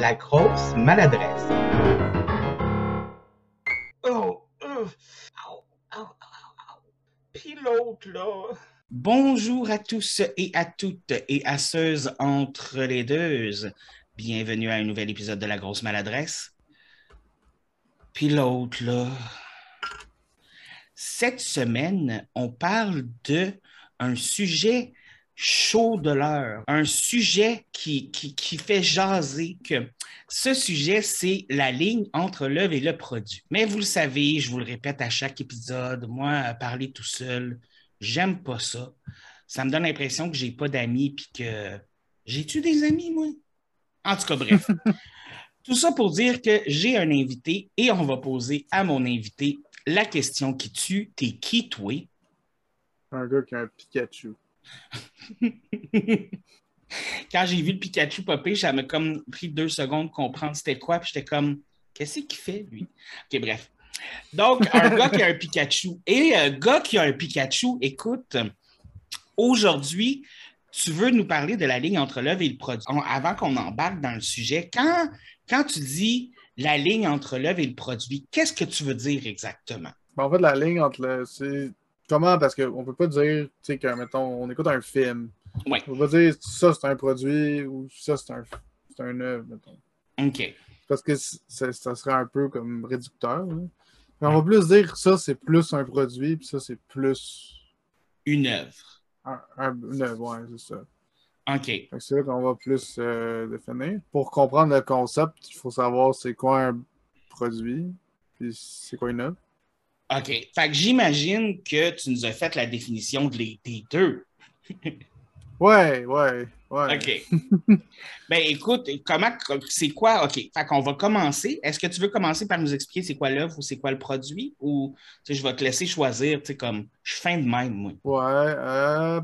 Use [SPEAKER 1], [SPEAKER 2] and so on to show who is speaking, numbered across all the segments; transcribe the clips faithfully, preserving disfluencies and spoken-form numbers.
[SPEAKER 1] la grosse maladresse.
[SPEAKER 2] Oh, euh, au, au, au, au. Puis l'autre, là.
[SPEAKER 3] Bonjour à tous et à toutes et à ceux entre les deux. Bienvenue à un nouvel épisode de La Grosse Maladresse. Puis l'autre, là. Cette semaine, on parle de un sujet chaud de l'heure, un sujet qui, qui, qui fait jaser que ce sujet, c'est la ligne entre l'œuvre et le produit. Mais vous le savez, je vous le répète à chaque épisode, moi, parler tout seul, j'aime pas ça. Ça me donne l'impression que j'ai pas d'amis puis que... J'ai-tu des amis, moi? En tout cas, bref. Tout ça pour dire que j'ai un invité et on va poser à mon invité la question qui tue. T'es qui, toi?
[SPEAKER 4] Un gars qui a un Pikachu.
[SPEAKER 3] Quand j'ai vu le Pikachu popper, ça m'a comme pris deux secondes de comprendre c'était quoi, puis j'étais comme, qu'est-ce qu'il fait, lui? OK, bref. Donc, un gars qui a un Pikachu et un gars qui a un Pikachu, écoute, aujourd'hui, tu veux nous parler de la ligne entre l'œuvre et le produit. On, avant qu'on embarque dans le sujet, quand, quand tu dis la ligne entre l'œuvre et le produit, qu'est-ce que tu veux dire exactement?
[SPEAKER 4] Ben, en fait, la ligne entre le... C'est... Comment? Parce qu'on peut pas dire, tu sais, que, mettons, on écoute un film.
[SPEAKER 3] Oui.
[SPEAKER 4] On peut pas dire ça, c'est un produit ou ça, c'est un, c'est un œuvre, mettons.
[SPEAKER 3] OK.
[SPEAKER 4] Parce que ça, ça serait un peu comme réducteur. Hein. Mais on va plus dire ça, c'est plus un produit, puis ça, c'est plus...
[SPEAKER 3] Une œuvre.
[SPEAKER 4] Un, un, une œuvre, ouais, c'est ça.
[SPEAKER 3] OK.
[SPEAKER 4] Fait que c'est là qu'on va plus euh, définir. Pour comprendre le concept, il faut savoir c'est quoi un produit, puis c'est quoi une œuvre.
[SPEAKER 3] OK. Fait que j'imagine que tu nous as fait la définition de les, des deux.
[SPEAKER 4] Ouais, ouais, ouais.
[SPEAKER 3] OK. Ben écoute, comment, c'est quoi? OK. Fait qu'on va commencer. Est-ce que tu veux commencer par nous expliquer c'est quoi l'œuvre ou c'est quoi le produit? Ou tu sais, je vais te laisser choisir, tu sais, comme je suis fin de même, moi.
[SPEAKER 4] Ouais. Euh...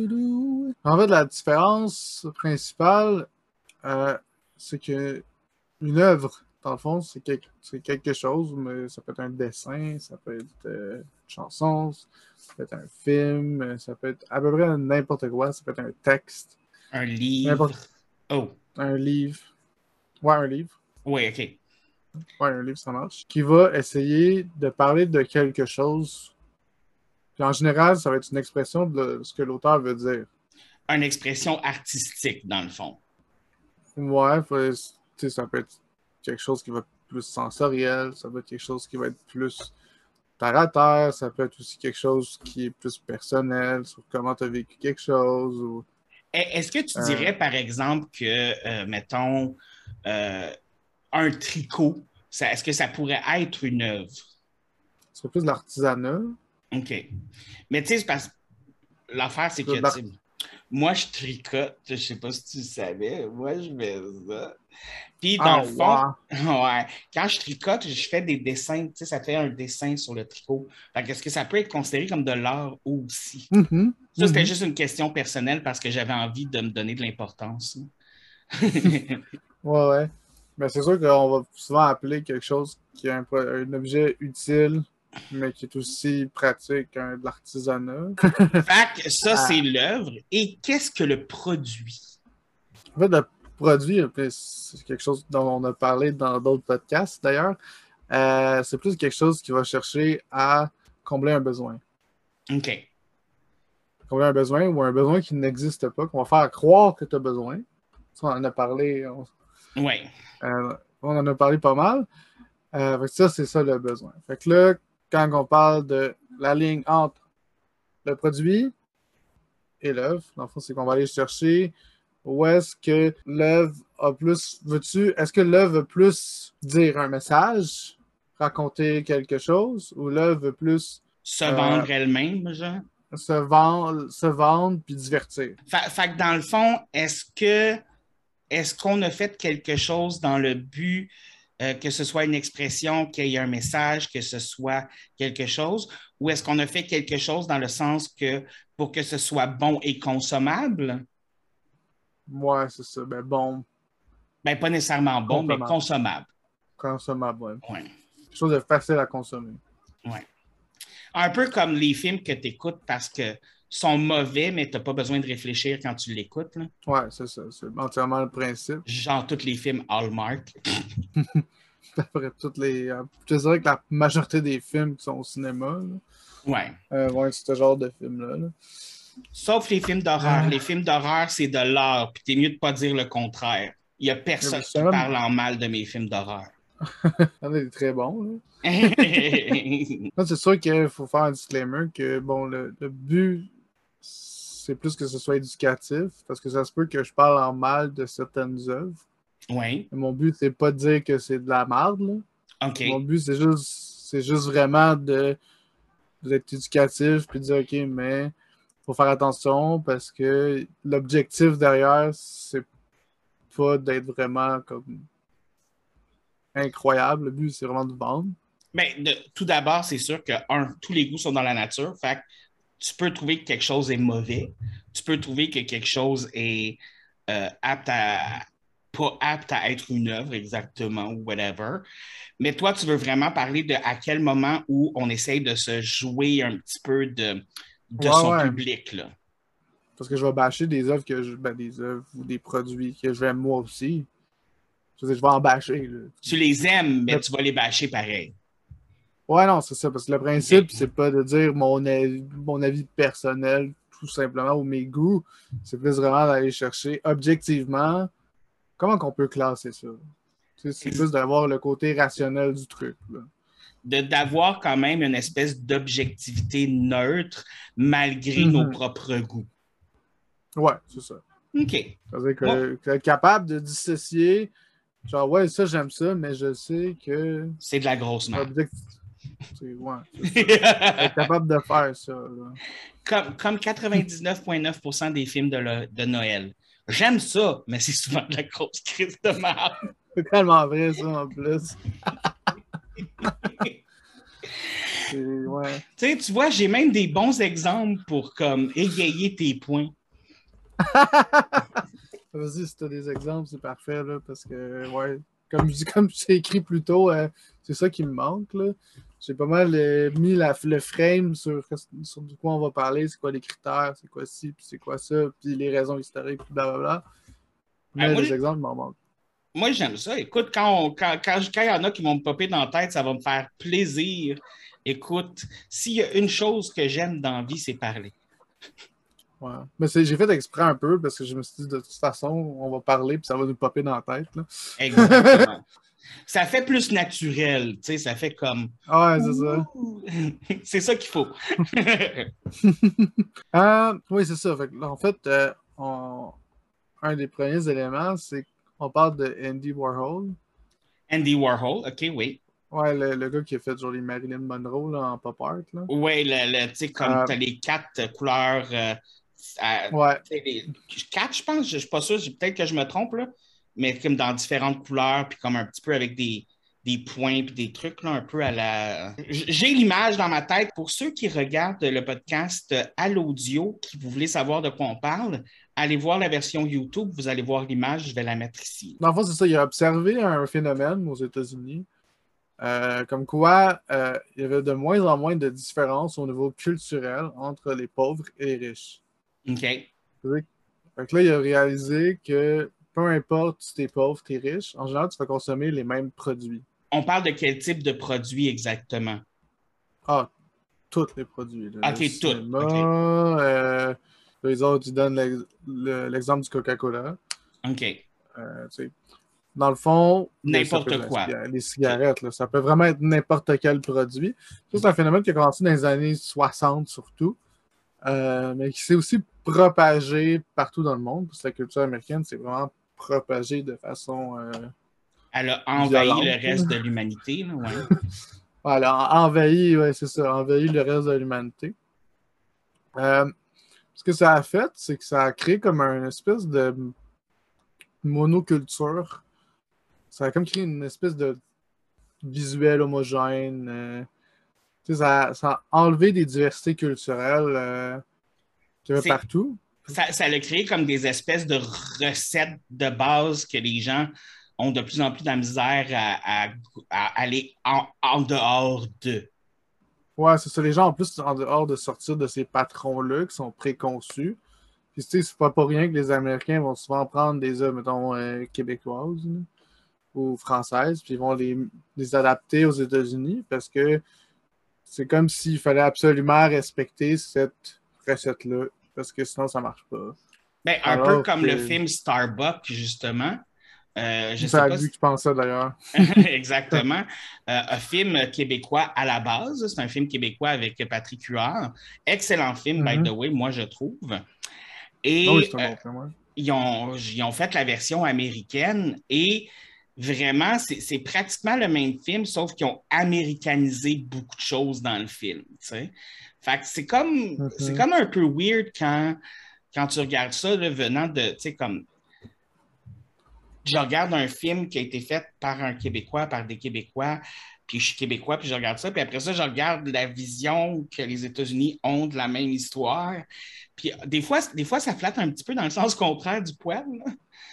[SPEAKER 4] En fait, la différence principale, euh, c'est que une œuvre, dans le fond, c'est quelque, c'est quelque chose, mais ça peut être un dessin, ça peut être euh, une chanson, ça peut être un film, ça peut être à peu près n'importe quoi, ça peut être un texte.
[SPEAKER 3] Un livre.
[SPEAKER 4] N'importe...
[SPEAKER 3] Oh.
[SPEAKER 4] Un livre. Ouais, un livre.
[SPEAKER 3] Oui, OK.
[SPEAKER 4] Ouais, un livre, ça marche. Qui va essayer de parler de quelque chose. Puis en général, ça va être une expression de ce que l'auteur veut dire.
[SPEAKER 3] Une expression artistique, dans le fond.
[SPEAKER 4] Ouais, faut, ça peut être quelque chose qui va être plus sensoriel, ça peut être quelque chose qui va être plus terre à terre, ça peut être aussi quelque chose qui est plus personnel, sur comment tu as vécu quelque chose. Ou...
[SPEAKER 3] Est-ce que tu dirais, euh... par exemple, que, euh, mettons, euh, un tricot, ça, est-ce que ça pourrait être une œuvre?
[SPEAKER 4] C'est plus de l'artisanat.
[SPEAKER 3] OK. Mais tu sais, parce que l'affaire, c'est que moi, je tricote, je sais pas si tu le savais, moi, je fais ça. Puis, dans
[SPEAKER 4] oh,
[SPEAKER 3] le fond,
[SPEAKER 4] wow.
[SPEAKER 3] ouais, quand je tricote, je fais des dessins, tu sais, ça fait un dessin sur le tricot. Fait que est-ce que ça peut être considéré comme de l'art aussi?
[SPEAKER 4] Mm-hmm.
[SPEAKER 3] Ça,
[SPEAKER 4] mm-hmm.
[SPEAKER 3] c'était juste une question personnelle parce que j'avais envie de me donner de l'importance.
[SPEAKER 4] ouais, ouais. Mais c'est sûr qu'on va souvent appeler quelque chose qui est un, un objet utile, mais qui est aussi pratique, hein, de l'artisanat.
[SPEAKER 3] Fait que ça, c'est ah. l'œuvre. Et qu'est-ce que le produit?
[SPEAKER 4] En fait, le produit, c'est quelque chose dont on a parlé dans d'autres podcasts, d'ailleurs. Euh, c'est plus quelque chose qui va chercher à combler un besoin.
[SPEAKER 3] OK.
[SPEAKER 4] Combler un besoin ou un besoin qui n'existe pas, qu'on va faire croire que tu as besoin. Ça, on en a parlé. On...
[SPEAKER 3] Oui.
[SPEAKER 4] Euh, on en a parlé pas mal. Euh, fait que ça, c'est ça le besoin. Fait que là, quand on parle de la ligne entre le produit et l'œuvre, dans le fond, c'est qu'on va aller chercher où est-ce que l'œuvre a plus... Veux-tu... Est-ce que l'œuvre veut plus dire un message, raconter quelque chose, ou l'œuvre veut plus...
[SPEAKER 3] Se vendre euh, elle-même, genre?
[SPEAKER 4] Se vendre, se vendre puis divertir.
[SPEAKER 3] Fait, fait que dans le fond, est-ce que est-ce qu'on a fait quelque chose dans le but euh, que ce soit une expression, qu'il y ait un message, que ce soit quelque chose, ou est-ce qu'on a fait quelque chose dans le sens que pour que ce soit bon et consommable?
[SPEAKER 4] Ouais, c'est ça. Ben bon.
[SPEAKER 3] Ben pas nécessairement bon, consommable. mais consommable.
[SPEAKER 4] Consommable, oui.
[SPEAKER 3] Ouais.
[SPEAKER 4] Quelque chose de facile à consommer.
[SPEAKER 3] Oui. Un peu comme les films que tu écoutes parce que sont mauvais, mais tu n'as pas besoin de réfléchir quand tu l'écoutes. Là.
[SPEAKER 4] Ouais, c'est ça. C'est entièrement le principe.
[SPEAKER 3] Genre tous les films Hallmark.
[SPEAKER 4] Après toutes les. euh, Je te dirais que la majorité des films qui sont au cinéma là,
[SPEAKER 3] Ouais.
[SPEAKER 4] euh, vont être ce genre de films-là. Là.
[SPEAKER 3] Sauf les films d'horreur.
[SPEAKER 4] Ah.
[SPEAKER 3] Les films d'horreur, c'est de l'art. Puis t'es mieux de pas dire le contraire. Il n'y a personne qui
[SPEAKER 4] même...
[SPEAKER 3] parle en mal de mes films d'horreur.
[SPEAKER 4] On est très bons. Là. C'est sûr qu'il faut faire un disclaimer que bon, le, le but, c'est plus que ce soit éducatif, parce que ça se peut que je parle en mal de certaines œuvres.
[SPEAKER 3] Oui.
[SPEAKER 4] Mon but, c'est pas de dire que c'est de la merde. Là.
[SPEAKER 3] OK.
[SPEAKER 4] Mon but, c'est juste, c'est juste vraiment de, d'être éducatif puis de dire OK, mais faut faire attention parce que l'objectif derrière, c'est pas d'être vraiment comme incroyable. Le but, c'est vraiment de vendre.
[SPEAKER 3] Mais de, tout d'abord, c'est sûr que, un, tous les goûts sont dans la nature. Fait que tu peux trouver que quelque chose est mauvais. Tu peux trouver que quelque chose est euh, apte à. pas apte à être une œuvre exactement ou whatever. Mais toi, tu veux vraiment parler de à quel moment où on essaye de se jouer un petit peu de, de
[SPEAKER 4] ouais,
[SPEAKER 3] son
[SPEAKER 4] ouais.
[SPEAKER 3] public, là.
[SPEAKER 4] Parce que je vais bâcher des œuvres que je. Ben, des œuvres ou des produits que j'aime moi aussi. Je veux dire, je vais en bâcher. Là.
[SPEAKER 3] Tu les aimes, mais tu vas les bâcher pareil.
[SPEAKER 4] Ouais, non, c'est ça. Parce que le principe, okay. c'est pas de dire mon avis, mon avis personnel, tout simplement, ou mes goûts. C'est plus vraiment d'aller chercher objectivement comment qu'on peut classer ça. Tu sais, c'est plus d'avoir le côté rationnel du truc. Là.
[SPEAKER 3] De, d'avoir quand même une espèce d'objectivité neutre malgré mm-hmm. nos propres goûts.
[SPEAKER 4] Ouais, c'est ça.
[SPEAKER 3] OK.
[SPEAKER 4] C'est-à-dire que, que être capable de dissocier, genre, ouais, ça, j'aime ça, mais je sais que...
[SPEAKER 3] C'est de la grosse merde.
[SPEAKER 4] Objectif... C'est, ouais, c'est ça. Être capable de faire ça. Là.
[SPEAKER 3] Comme, comme quatre-vingt-dix-neuf virgule neuf pour cent des films de, le, de Noël. J'aime ça, mais c'est souvent de la grosse crise de merde.
[SPEAKER 4] C'est tellement vrai, ça, en plus. Ouais.
[SPEAKER 3] Tu sais, tu vois, j'ai même des bons exemples pour comme égayer tes points.
[SPEAKER 4] Vas-y, si tu as des exemples, c'est parfait, là, parce que, ouais, comme je comme j'ai écrit plus tôt, euh, c'est ça qui me manque, là. J'ai pas mal euh, mis la, le frame sur, sur du quoi on va parler, c'est quoi les critères, c'est quoi ci, puis c'est quoi ça, puis les raisons historiques, puis blablabla. Mais ah, moi, les exemples m'en manquent.
[SPEAKER 3] Moi, j'aime ça. Écoute, quand il quand, quand, quand y en a qui vont me popper dans la tête, ça va me faire plaisir. Écoute, s'il y a une chose que j'aime dans la vie, c'est parler.
[SPEAKER 4] Ouais. Mais c'est, j'ai fait exprès un peu parce que je me suis dit, de toute façon, on va parler puis ça va nous popper dans la tête. Là.
[SPEAKER 3] Exactement. Ça fait plus naturel, tu sais, ça fait comme...
[SPEAKER 4] Ouais, c'est ça.
[SPEAKER 3] C'est ça qu'il faut.
[SPEAKER 4] euh, oui, c'est ça. Fait que, en fait, euh, on... un des premiers éléments, c'est qu'on parle de Andy Warhol.
[SPEAKER 3] Andy Warhol, OK, oui.
[SPEAKER 4] Ouais, le, le gars qui a fait genre les Marilyn Monroe là, en pop art. Là.
[SPEAKER 3] Ouais, le, le, tu sais, comme euh... t'as les quatre couleurs... Euh, euh,
[SPEAKER 4] ouais.
[SPEAKER 3] Les, quatre, je pense, je ne suis pas sûr, peut-être que je me trompe, là. Mais comme dans différentes couleurs, puis comme un petit peu avec des, des points, puis des trucs, là, un peu à la... J'ai l'image dans ma tête. Pour ceux qui regardent le podcast à l'audio, qui vous voulez savoir de quoi on parle, allez voir la version YouTube, vous allez voir l'image, je vais la mettre ici.
[SPEAKER 4] Dans le fond, c'est ça, il a observé un phénomène aux États-Unis, euh, comme quoi euh, il y avait de moins en moins de différences au niveau culturel entre les pauvres et les riches.
[SPEAKER 3] OK.
[SPEAKER 4] Fait que là, il a réalisé que peu importe si t'es pauvre, t'es riche, en général, tu vas consommer les mêmes produits.
[SPEAKER 3] On parle de quel type de produit exactement?
[SPEAKER 4] Ah, tous les produits. Là.
[SPEAKER 3] OK, tous. Okay.
[SPEAKER 4] Euh, les autres, ils donnent l'ex- le, l'exemple du Coca-Cola.
[SPEAKER 3] OK.
[SPEAKER 4] Euh, dans le fond,
[SPEAKER 3] n'importe quoi.
[SPEAKER 4] La, les cigarettes, là, ça peut vraiment être n'importe quel produit. Ça, c'est un phénomène qui a commencé dans les années soixante surtout, euh, mais qui s'est aussi propagé partout dans le monde, parce que la culture américaine s'est vraiment propagée de façon... Euh,
[SPEAKER 3] Elle a envahi violente. Le reste de l'humanité. Là, ouais.
[SPEAKER 4] Elle a envahi, ouais, c'est ça, envahi le reste de l'humanité. Euh, ce que ça a fait, c'est que ça a créé comme une espèce de monoculture. Ça a comme créé une espèce de visuel homogène. Euh, tu sais, ça, ça a enlevé des diversités culturelles euh, qu'il y avait partout.
[SPEAKER 3] Ça, ça a créé comme des espèces de recettes de base que les gens ont de plus en plus de la misère à, à, à aller en, en dehors d'eux.
[SPEAKER 4] Ouais, c'est ça. Les gens, en plus, en dehors de sortir de ces patrons-là qui sont préconçus, puis tu sais, c'est pas pour rien que les Américains vont souvent prendre des œuvres, mettons, euh, québécoises là, ou françaises, puis ils vont les, les adapter aux États-Unis parce que c'est comme s'il fallait absolument respecter cette recette-là, parce que sinon, ça marche pas.
[SPEAKER 3] Ben, un peu
[SPEAKER 4] Alors
[SPEAKER 3] comme le
[SPEAKER 4] que...
[SPEAKER 3] film Starbuck, justement. Euh, je
[SPEAKER 4] C'est
[SPEAKER 3] sais
[SPEAKER 4] à
[SPEAKER 3] pas
[SPEAKER 4] lui
[SPEAKER 3] si...
[SPEAKER 4] que je pensais, d'ailleurs.
[SPEAKER 3] Exactement. Euh, un film québécois à la base. C'est un film québécois avec Patrick Huard. Excellent film, by the
[SPEAKER 4] Mhm.
[SPEAKER 3] way, moi, je trouve.
[SPEAKER 4] Ah oui,
[SPEAKER 3] Et
[SPEAKER 4] c'est un
[SPEAKER 3] euh,
[SPEAKER 4] bon film, ouais.
[SPEAKER 3] ils ont, ils ont fait la version américaine et vraiment, c'est, c'est pratiquement le même film, sauf qu'ils ont américanisé beaucoup de choses dans le film. Tu sais. Fait que c'est comme, c'est
[SPEAKER 4] Mhm.
[SPEAKER 3] comme un peu weird quand, quand tu regardes ça là, venant de, tu sais, comme je regarde un film qui a été fait par un Québécois, par des Québécois, puis je suis Québécois, puis je regarde ça, puis après ça, je regarde la vision que les États-Unis ont de la même histoire. Puis des fois, des fois, ça flatte un petit peu dans le sens contraire du poil. Là.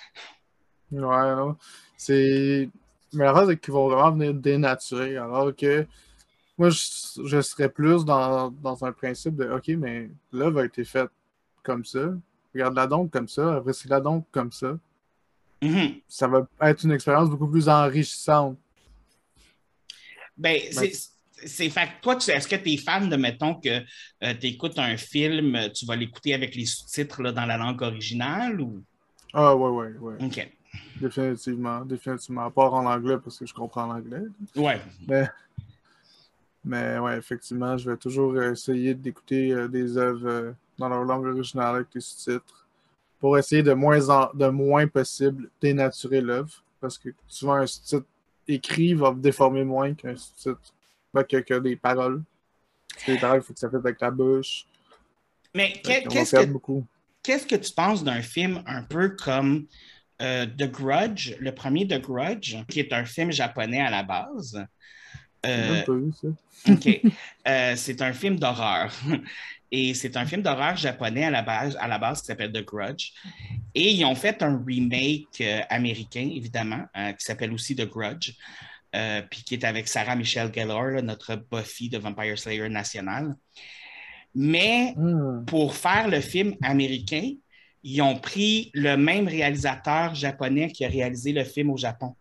[SPEAKER 4] Ouais, non. C'est... Mais la phrase, c'est qu'ils vont vraiment venir dénaturer, alors que moi, je, je serais plus dans, dans un principe de OK, mais l'œuvre a été faite comme ça. Regarde-la donc comme ça, apprécie-la donc comme ça.
[SPEAKER 3] Mhm.
[SPEAKER 4] Ça va être une expérience beaucoup plus enrichissante.
[SPEAKER 3] Ben,
[SPEAKER 4] Mais,
[SPEAKER 3] c'est, c'est fait que toi, tu, est-ce que tu es fan de, mettons, que euh, tu écoutes un film, tu vas l'écouter avec les sous-titres là, dans la langue originale ou?
[SPEAKER 4] ah, ouais, ouais, ouais.
[SPEAKER 3] OK.
[SPEAKER 4] Définitivement. Définitivement. À part en anglais, parce que je comprends l'anglais.
[SPEAKER 3] Ouais.
[SPEAKER 4] Mais, mais ouais, effectivement, je vais toujours essayer d'écouter euh, des œuvres euh, dans leur langue originale avec les sous-titres pour essayer de moins, en, de moins possible dénaturer l'œuvre. Parce que souvent, un sous-titre écrit va déformer moins qu'un sous-titre ben, que, que des paroles. Parce que les paroles, il faut que ça fasse avec la bouche.
[SPEAKER 3] Mais
[SPEAKER 4] Fait
[SPEAKER 3] que-
[SPEAKER 4] qu'on va
[SPEAKER 3] qu'est-ce que,
[SPEAKER 4] perdre beaucoup.
[SPEAKER 3] qu'est-ce que tu penses d'un film un peu comme euh, The Grudge, le premier The Grudge, qui est un film japonais à la base?
[SPEAKER 4] J'ai même
[SPEAKER 3] Euh,
[SPEAKER 4] pas vu ça.
[SPEAKER 3] OK. Euh, c'est un film d'horreur. Et c'est un film d'horreur japonais à la base, à la base qui s'appelle The Grudge. Et ils ont fait un remake euh, américain, évidemment, euh, qui s'appelle aussi The Grudge, euh, puis qui est avec Sarah Michelle Gellar, là, notre Buffy de Vampire Slayer national. Mais
[SPEAKER 4] Hmm.
[SPEAKER 3] pour faire le film américain, ils ont pris le même réalisateur japonais qui a réalisé le film au Japon.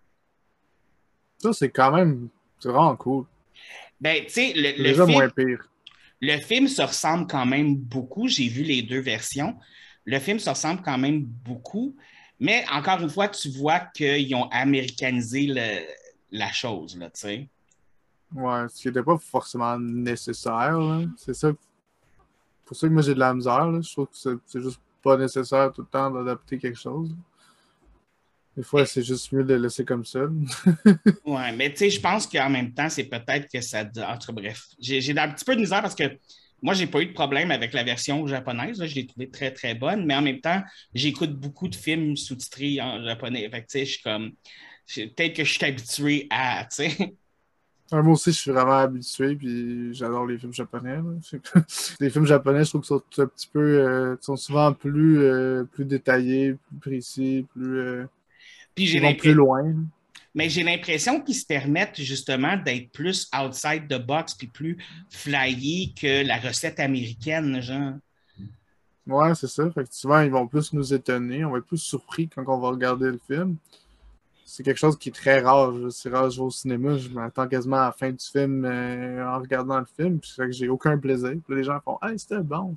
[SPEAKER 4] Ça, c'est quand même... C'est vraiment cool.
[SPEAKER 3] Ben, tu sais, le,
[SPEAKER 4] C'est
[SPEAKER 3] le
[SPEAKER 4] déjà
[SPEAKER 3] film,
[SPEAKER 4] moins pire.
[SPEAKER 3] le film se ressemble quand même beaucoup. J'ai vu les deux versions. Le film se ressemble quand même beaucoup. Mais encore une fois, tu vois qu'ils ont américanisé le- la chose, là, tu sais.
[SPEAKER 4] Ouais, ce qui n'était pas forcément nécessaire, là. C'est ça. Pour ça que moi j'ai de la misère, là. Je trouve que c'est c'est juste pas nécessaire tout le temps d'adapter quelque chose. Des fois, c'est juste mieux de le laisser comme ça.
[SPEAKER 3] Ouais, mais tu sais, je pense qu'en même temps, c'est peut-être que ça. Entre bref, j'ai j'ai un petit peu de misère parce que moi, j'ai pas eu de problème avec la version japonaise. Là. Je l'ai trouvée très, très bonne, mais en même temps, j'écoute beaucoup de films sous-titrés en japonais. Fait que tu sais, je suis comme. je- Peut-être que je suis habitué à. Tu sais.
[SPEAKER 4] Ouais, moi aussi, je suis vraiment habitué, puis j'adore les films japonais, là. C'est que- Les films japonais, je trouve qu'ils sont un petit peu, euh, sont souvent plus, euh, plus détaillés, plus précis, plus, euh,
[SPEAKER 3] Puis j'ai
[SPEAKER 4] ils vont plus
[SPEAKER 3] l'impression.
[SPEAKER 4] loin, là.
[SPEAKER 3] Mais j'ai l'impression qu'ils se permettent justement d'être plus outside the box puis plus flyés que la recette américaine, genre.
[SPEAKER 4] Ouais, c'est ça. Fait que souvent, ils vont plus nous étonner. On va être plus surpris quand on va regarder le film. C'est quelque chose qui est très rare. Je- C'est rare, je vais au cinéma, je m'attends quasiment à la fin du film euh, en regardant le film. Puis c'est que j'ai aucun plaisir. Puis là, les gens font hey, c'était bon.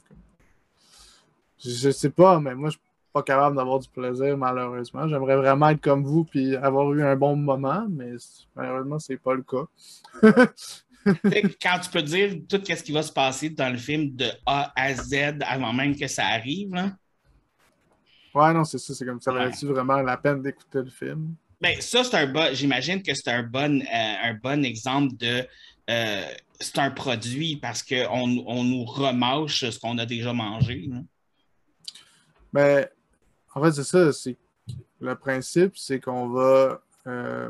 [SPEAKER 4] Je, je sais pas, mais moi, je suis pas capable d'avoir du plaisir, malheureusement. J'aimerais vraiment être comme vous puis avoir eu un bon moment, mais malheureusement, c'est pas le cas.
[SPEAKER 3] Tu sais, quand tu peux dire tout ce qui va se passer dans le film de A à Z avant même que ça arrive, là.
[SPEAKER 4] Ouais, non, c'est ça. C'est comme ça.
[SPEAKER 3] Ouais.
[SPEAKER 4] Valait-tu vraiment la peine d'écouter le film?
[SPEAKER 3] Ben, ça, c'est un bon. J'imagine que c'est un bon, euh, un bon exemple de. euh, c'est un produit parce qu'on on nous remâche ce qu'on a déjà mangé. Là.
[SPEAKER 4] Mais en fait, c'est ça. C'est le principe, c'est qu'on va. euh,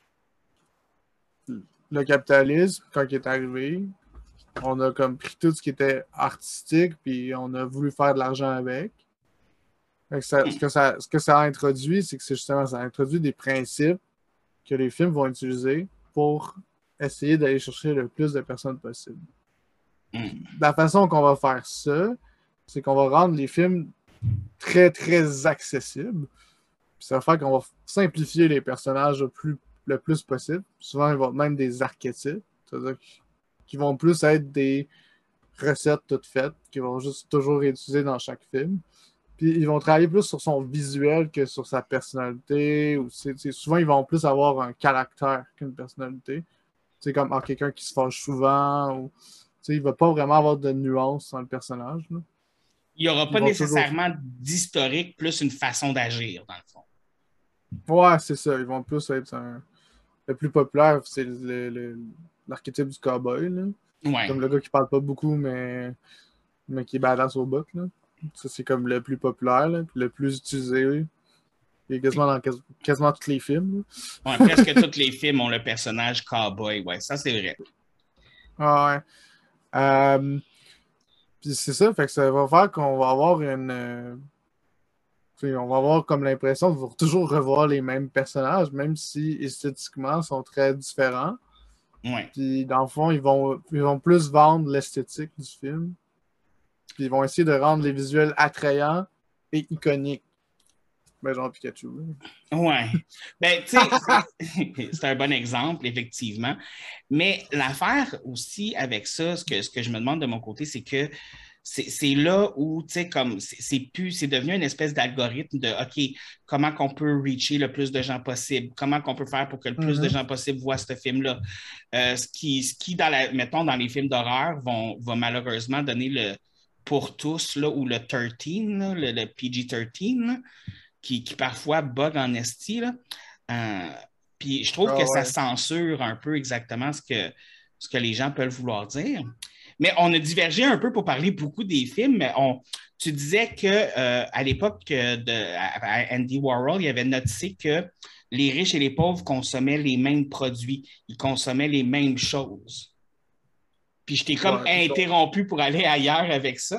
[SPEAKER 4] le capitalisme, quand il est arrivé, on a comme pris tout ce qui était artistique, puis on a voulu faire de l'argent avec. Fait que ça- ce, que ça, ce que ça a introduit, c'est que c'est justement, ça a introduit des principes que les films vont utiliser pour essayer d'aller chercher le plus de personnes possible.
[SPEAKER 3] Mm.
[SPEAKER 4] La façon qu'on va faire ça, c'est qu'on va rendre les films très, très accessibles. Puis ça va faire qu'on va simplifier les personnages le plus, le plus possible. Souvent, ils vont être même des archétypes. C'est-à-dire qu'ils vont plus être des recettes toutes faites, qui vont juste toujours réutiliser dans chaque film. Puis ils vont travailler plus sur son visuel que sur sa personnalité. Ou c'est, c'est, souvent, ils vont plus avoir un caractère qu'une personnalité. C'est comme ah, quelqu'un qui se fâche souvent. Ou, il ne va pas vraiment avoir de nuances dans le personnage. Là.
[SPEAKER 3] Il n'y aura
[SPEAKER 4] Ils
[SPEAKER 3] pas
[SPEAKER 4] vont
[SPEAKER 3] nécessairement
[SPEAKER 4] toujours...
[SPEAKER 3] d'historique, plus une façon d'agir, dans le fond.
[SPEAKER 4] Ouais, c'est ça. Ils vont plus être un... Le plus populaire, c'est le, le, l'archétype du cowboy. Là.
[SPEAKER 3] Ouais.
[SPEAKER 4] Comme le gars qui parle pas beaucoup, mais, mais qui est badass au bout. Là. Ça, c'est comme le plus populaire, là, puis le plus utilisé. Il est quasiment dans quas- quasiment tous les films.
[SPEAKER 3] Ouais, presque tous les films ont le personnage cowboy. Ouais, ça, c'est vrai.
[SPEAKER 4] Ah ouais. Euh, puis c'est ça, fait que ça va faire qu'on va avoir une... Euh, on va avoir comme l'impression de toujours revoir les mêmes personnages, même si esthétiquement, ils sont très différents.
[SPEAKER 3] Ouais.
[SPEAKER 4] Puis dans le fond, ils vont, ils vont plus vendre l'esthétique du film. Puis ils vont essayer de rendre les visuels attrayants et iconiques. Ben, genre Pikachu.
[SPEAKER 3] Ouais. Ben, tu sais, c'est, c'est un bon exemple, effectivement. Mais l'affaire aussi avec ça, ce que, ce que je me demande de mon côté, c'est que c'est, c'est là où, tu sais, comme, c'est, c'est plus, c'est devenu une espèce d'algorithme de, OK, comment qu'on peut reacher le plus de gens possible? Comment qu'on peut faire pour que le plus mm-hmm. de gens possible voient ce film-là? Euh, ce qui, ce qui dans la, mettons, dans les films d'horreur, vont, va malheureusement donner le pour tous, là, ou le treize, là, le, le P G treize, là, qui, qui parfois bug en esti, là. Euh, puis je trouve oh, que ouais. ça censure un peu exactement ce que, ce que les gens peuvent vouloir dire. Mais on a divergé un peu pour parler beaucoup des films. Mais on, tu disais qu'à euh, l'époque de à, à Andy Warhol, il avait noté que les riches et les pauvres consommaient les mêmes produits. Ils consommaient les mêmes choses. Puis je t'ai comme ouais, interrompu bon. pour aller ailleurs avec ça.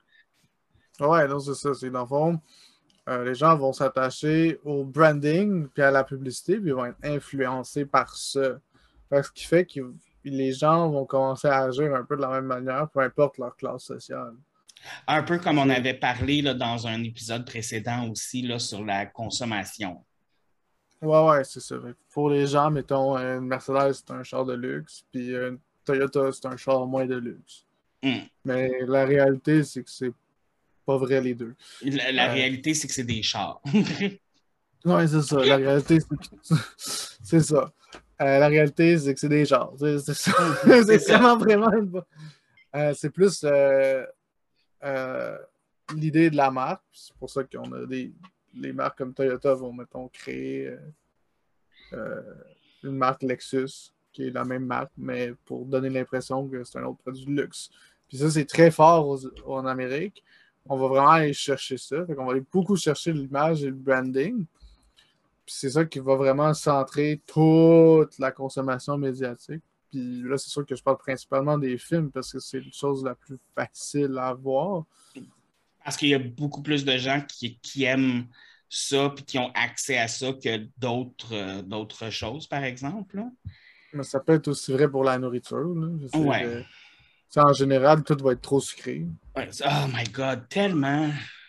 [SPEAKER 4] Ouais, non, c'est ça. C'est dans le fond, euh, les gens vont s'attacher au branding puis à la publicité, puis ils vont être influencés par ça. Fait, ce qui fait que les gens vont commencer à agir un peu de la même manière, peu importe leur classe sociale.
[SPEAKER 3] Un peu comme on avait parlé là, dans un épisode précédent aussi là, sur la consommation.
[SPEAKER 4] Ouais, ouais, c'est ça. Pour les gens, mettons, une Mercedes, c'est un char de luxe, puis une Toyota, c'est un char moins de luxe.
[SPEAKER 3] Mm.
[SPEAKER 4] Mais la réalité, c'est que c'est pas vrai les deux.
[SPEAKER 3] La, la euh... réalité, c'est que c'est des chars.
[SPEAKER 4] Oui, c'est ça. La réalité, c'est que... c'est ça. Euh, la réalité, c'est que c'est des chars. C'est, c'est ça. c'est, c'est ça. vraiment, vraiment... Euh, c'est plus euh, euh, l'idée de la marque. C'est pour ça qu'on a des... Les marques comme Toyota vont, mettons, créer euh, euh, une marque Lexus, qui est la même marque, mais pour donner l'impression que c'est un autre produit de luxe. Puis ça, c'est très fort aux, en Amérique. On va vraiment aller chercher ça. Fait qu'on va aller beaucoup chercher l'image et le branding. Puis c'est ça qui va vraiment centrer toute la consommation médiatique. Puis là, c'est sûr que je parle principalement des films parce que c'est la chose la plus facile à voir.
[SPEAKER 3] Parce qu'il y a beaucoup plus de gens qui, qui aiment ça puis qui ont accès à ça que d'autres, euh, d'autres choses, par exemple. Là.
[SPEAKER 4] Mais ça peut être aussi vrai pour la nourriture. Là. Je sais
[SPEAKER 3] ouais.
[SPEAKER 4] que, en général, tout va être trop sucré.
[SPEAKER 3] Ouais. Oh my God, tellement!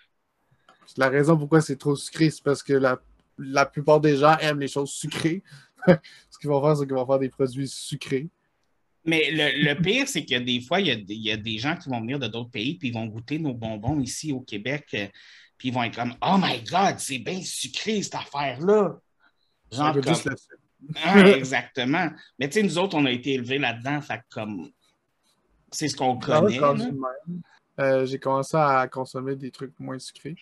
[SPEAKER 4] La raison pourquoi c'est trop sucré, c'est parce que la, la plupart des gens aiment les choses sucrées. Ce qu'ils vont faire, c'est qu'ils vont faire des produits sucrés.
[SPEAKER 3] Mais le, le pire, c'est que des fois, il y, a, il y a des gens qui vont venir de d'autres pays puis ils vont goûter nos bonbons ici au Québec euh, puis ils vont être comme « Oh my God, c'est bien sucré cette affaire-là! » Genre comme... Juste ah, exactement. Mais tu sais, nous autres, on a été élevés là-dedans, fait comme... C'est ce qu'on connaît.
[SPEAKER 4] Ah ouais, euh, j'ai commencé à consommer des trucs moins sucrés.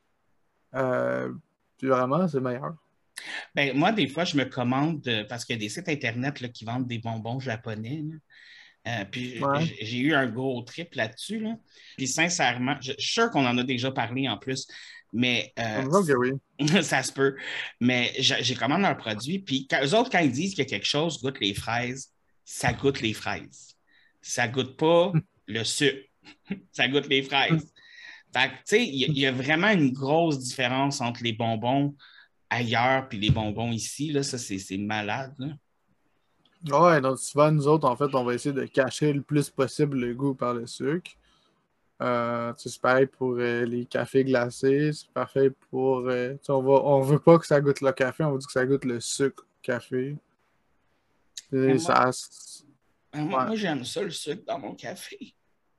[SPEAKER 4] Euh, puis vraiment, c'est meilleur.
[SPEAKER 3] Ben, moi, des fois, je me commande, euh, parce qu'il y a des sites Internet là, qui vendent des bonbons japonais. Euh, puis ouais. j'ai, j'ai eu un gros trip là-dessus. Là. Puis sincèrement, je, je suis sûr qu'on en a déjà parlé en plus, mais euh,
[SPEAKER 4] okay, oui.
[SPEAKER 3] ça se peut. Mais j'ai, j'ai commandé un produit, puis quand, eux autres, quand ils disent que quelque chose goûte les fraises, ça goûte les fraises. Ça goûte pas le sucre. Ça goûte les fraises. Fait que, tu sais, il y, y a vraiment une grosse différence entre les bonbons ailleurs puis les bonbons ici. Là. Ça, c'est, c'est malade. Là.
[SPEAKER 4] Ouais, donc souvent, nous autres, en fait, on va essayer de cacher le plus possible le goût par le sucre. Euh, tu sais, c'est pareil pour euh, les cafés glacés, c'est parfait pour... euh, tu sais, on va, on veut pas que ça goûte le café, on veut dire que ça goûte le sucre café.
[SPEAKER 3] Mais
[SPEAKER 4] Et
[SPEAKER 3] moi,
[SPEAKER 4] ça...
[SPEAKER 3] ben, moi,
[SPEAKER 4] Ouais.
[SPEAKER 3] moi, j'aime ça, le sucre dans mon café.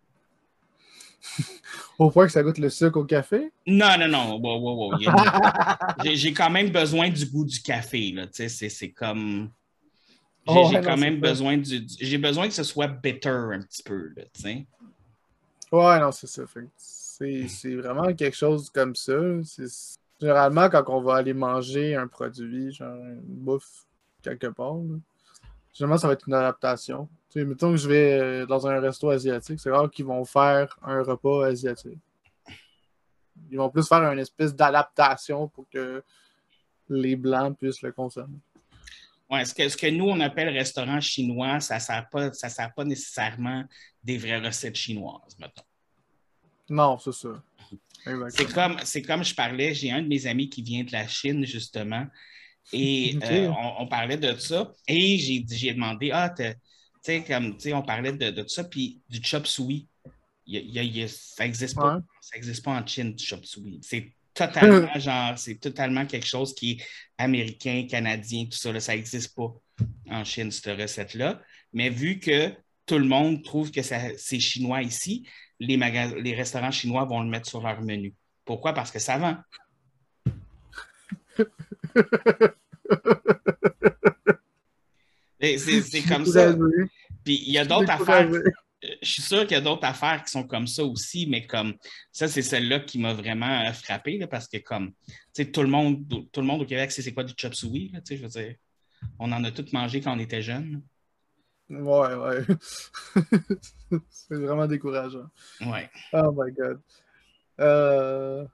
[SPEAKER 4] Au point que ça goûte le sucre au café?
[SPEAKER 3] Non, non, non. Wow, wow, wow. Il y a une- J'ai j'ai quand même besoin du goût du café, là. Tu sais, c'est c'est comme. J'ai
[SPEAKER 4] Oh,
[SPEAKER 3] j'ai
[SPEAKER 4] ouais, non,
[SPEAKER 3] quand
[SPEAKER 4] c'est
[SPEAKER 3] même
[SPEAKER 4] ça.
[SPEAKER 3] besoin du. du- J'ai besoin que ce soit bitter un petit peu, là, tu sais.
[SPEAKER 4] Ouais, non, c'est ça. Fait que C'est c'est vraiment quelque chose comme ça. C'est- Généralement, quand on va aller manger un produit, genre une bouffe quelque part, là, généralement, ça va être une adaptation. Tu sais, mettons que je vais euh, dans un resto asiatique, c'est rare qu'ils vont faire un repas asiatique. Ils vont plus faire une espèce d'adaptation pour que les Blancs puissent le consommer.
[SPEAKER 3] Ouais, ce que, ce que nous, on appelle restaurant chinois, ça ne sert pas, ça sert pas nécessairement des vraies recettes chinoises, mettons.
[SPEAKER 4] Non, c'est ça.
[SPEAKER 3] C'est
[SPEAKER 4] Exactement.
[SPEAKER 3] comme, c'est comme je parlais, j'ai un de mes amis qui vient de la Chine, justement, et euh,
[SPEAKER 4] OK.
[SPEAKER 3] on, on parlait de ça, et j'ai, j'ai demandé, ah, tu sais, comme, tu sais, on parlait de, de ça, puis du chop suey. Il y a- il y a- il y a- ça n'existe pas.
[SPEAKER 4] Ouais.
[SPEAKER 3] Ça n'existe pas en Chine, du chop suey. C'est totalement, genre, c'est totalement quelque chose qui est américain, canadien, tout ça, là, ça n'existe pas en Chine, cette recette-là. Mais vu que tout le monde trouve que ça- c'est chinois ici, les, magas- les restaurants chinois vont le mettre sur leur menu. Pourquoi? Parce que ça vend. Et C'est
[SPEAKER 4] Je
[SPEAKER 3] c'est
[SPEAKER 4] suis
[SPEAKER 3] comme ça.
[SPEAKER 4] découragé.
[SPEAKER 3] Puis il y
[SPEAKER 4] Je
[SPEAKER 3] a
[SPEAKER 4] suis
[SPEAKER 3] d'autres affaires.
[SPEAKER 4] découragé.
[SPEAKER 3] euh, Je suis sûr qu'il y a d'autres affaires qui sont comme ça aussi, mais comme ça, c'est celle-là qui m'a vraiment euh, frappé là, parce que comme tu sais, tout le monde, tout le monde au Québec sait c'est quoi du chop suey, là, tu sais, je veux dire, on en a tous mangé quand on était jeunes.
[SPEAKER 4] Ouais, ouais. C'est vraiment décourageant.
[SPEAKER 3] Ouais.
[SPEAKER 4] Oh my God. Euh,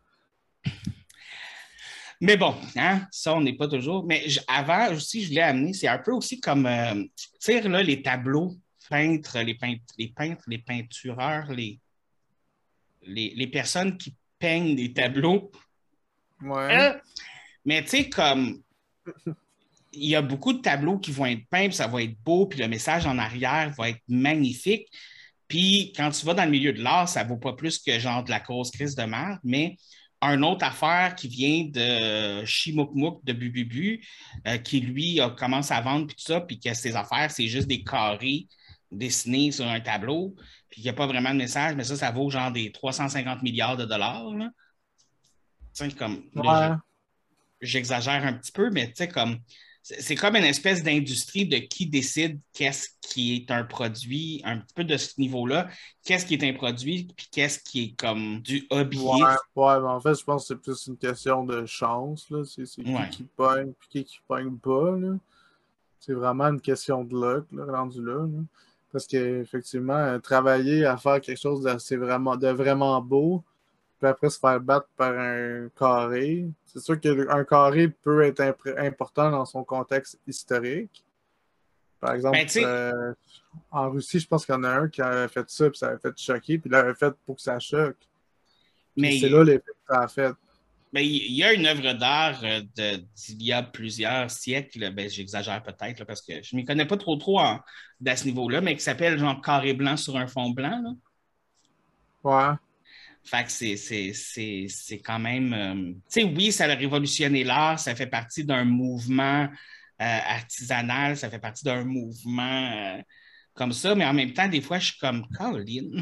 [SPEAKER 3] Mais bon, hein, ça, on n'est pas toujours. Mais je- avant aussi, je voulais amener, c'est un peu aussi comme, euh, tu sais, là, les tableaux peintres, les peintres, les peintres, les peintureurs, les, les, les personnes qui peignent des tableaux.
[SPEAKER 4] ouais.
[SPEAKER 3] Euh, mais tu sais, comme il y a beaucoup de tableaux qui vont être peints, puis ça va être beau, puis le message en arrière va être magnifique. Puis quand tu vas dans le milieu de l'art, ça ne vaut pas plus que genre de la cause crise de merde, mais une autre affaire qui vient de Chimoukmouk de Bububu, euh, qui lui a commencé à vendre, puis tout ça, puis que ses affaires, c'est juste des carrés dessinés sur un tableau, puis qu'il n'y a pas vraiment de message, mais ça, ça vaut genre des trois cent cinquante milliards de dollars. Là. Tu sais, comme, là,
[SPEAKER 4] Ouais.
[SPEAKER 3] j'exagère un petit peu, mais tu sais, comme c'est comme une espèce d'industrie de qui décide qu'est-ce qui est un produit, un petit peu de ce niveau-là, qu'est-ce qui est un produit, puis qu'est-ce qui est comme du
[SPEAKER 4] Ouais,
[SPEAKER 3] hobbyiste.
[SPEAKER 4] ouais, mais en fait, je pense que c'est plus une question de chance, là. C'est c'est qui
[SPEAKER 3] Ouais.
[SPEAKER 4] qui pogne, puis qui qui pogne pas, là. C'est vraiment une question de luck, là, rendu là, là. Parce qu'effectivement, euh, travailler à faire quelque chose d'assez vraiment, de vraiment beau, puis après se faire battre par un carré, c'est sûr qu'un carré peut être impr- important dans son contexte historique. Par exemple,
[SPEAKER 3] Ben, tu sais,
[SPEAKER 4] euh, en Russie, je pense qu'il y en a un qui avait fait ça, puis ça avait fait choquer, puis il l'avait fait pour que ça choque. Puis c'est
[SPEAKER 3] mais
[SPEAKER 4] là l'effet que ça a fait.
[SPEAKER 3] ben, il y a une œuvre d'art euh, de- d'il y a plusieurs siècles, ben, j'exagère peut-être là, parce que je ne m'y connais pas trop trop en- à ce niveau-là, mais qui s'appelle genre carré blanc sur un fond blanc. Là.
[SPEAKER 4] Ouais.
[SPEAKER 3] Fait que c'est, c'est, c'est, c'est quand même. euh, tu sais, oui, ça a révolutionné l'art, ça fait partie d'un mouvement euh, artisanal, ça fait partie d'un mouvement euh, comme ça, mais en même temps, des fois, je suis comme Caroline.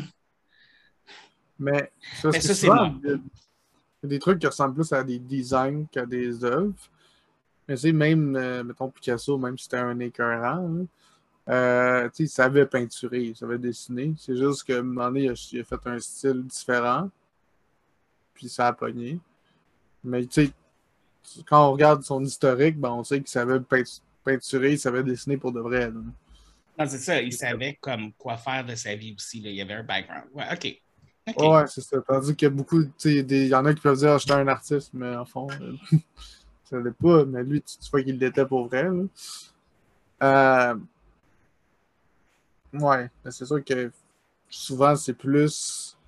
[SPEAKER 4] Mais c'est parce
[SPEAKER 3] Mais
[SPEAKER 4] que
[SPEAKER 3] ça, c'est
[SPEAKER 4] souvent,
[SPEAKER 3] moi.
[SPEAKER 4] il y a des trucs qui ressemblent plus à des designs qu'à des œuvres. Mais tu sais, même, euh, mettons Picasso, même si c'était un écœurant, hein, euh, tu sais, il savait peinturer, il savait dessiner. C'est juste qu'à un moment donné, il a, il a fait un style différent, puis ça a pogné. Mais tu sais, quand on regarde son historique, ben, on sait qu'il savait peint- peinturer, il savait dessiner pour de vrai, là.
[SPEAKER 3] Non, c'est ça, il savait comme quoi faire de sa vie aussi. Là. Il y avait un background. Ouais, OK. OK.
[SPEAKER 4] Ouais, c'est ça. Tandis qu'il y a beaucoup, tu sais, des- il y en a qui peuvent dire, ah, j'étais un artiste, mais en fond, euh, ça l'est pas. Mais lui, tu, tu vois qu'il l'était pour vrai, là. Euh, ouais, mais c'est sûr que souvent, c'est plus,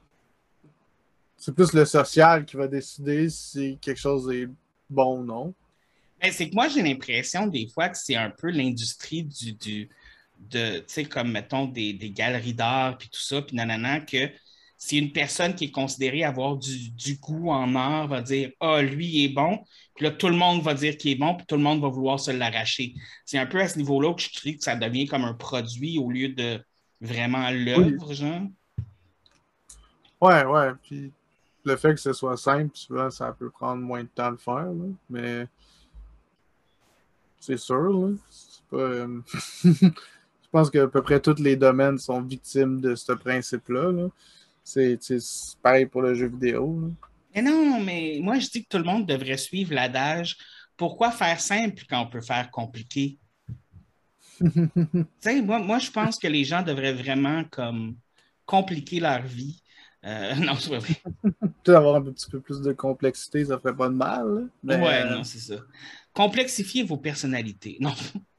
[SPEAKER 4] c'est plus le social qui va décider si quelque chose est bon ou non.
[SPEAKER 3] Ben, c'est que moi, j'ai l'impression des fois que c'est un peu l'industrie du, du de, tu sais, comme mettons des, des galeries d'art, puis tout ça, puis nanana, que si une personne qui est considérée avoir du, du goût en art va dire ah, lui, il est bon, puis là, tout le monde va dire qu'il est bon, puis tout le monde va vouloir se l'arracher. C'est un peu à ce niveau-là que je trouve que ça devient comme un produit au lieu de vraiment
[SPEAKER 4] Oui.
[SPEAKER 3] l'œuvre, genre.
[SPEAKER 4] Ouais, ouais. Puis le fait que ce soit simple, souvent, ça peut prendre moins de temps à le faire, là. Mais c'est sûr, là. C'est pas. euh, Je pense que à peu près tous les domaines sont victimes de ce principe-là, là. C'est c'est pareil pour le jeu vidéo, là.
[SPEAKER 3] Mais non, mais moi, je dis que tout le monde devrait suivre l'adage. Pourquoi faire simple quand on peut faire compliqué? Tu sais, moi, moi, je pense que les gens devraient vraiment comme compliquer leur vie. Euh, non, c'est pas vrai.
[SPEAKER 4] Peut-être avoir un petit peu plus de complexité, ça ferait pas de mal, là. Mais
[SPEAKER 3] Ouais,
[SPEAKER 4] euh,
[SPEAKER 3] non, c'est ça. Complexifiez vos personnalités. Non.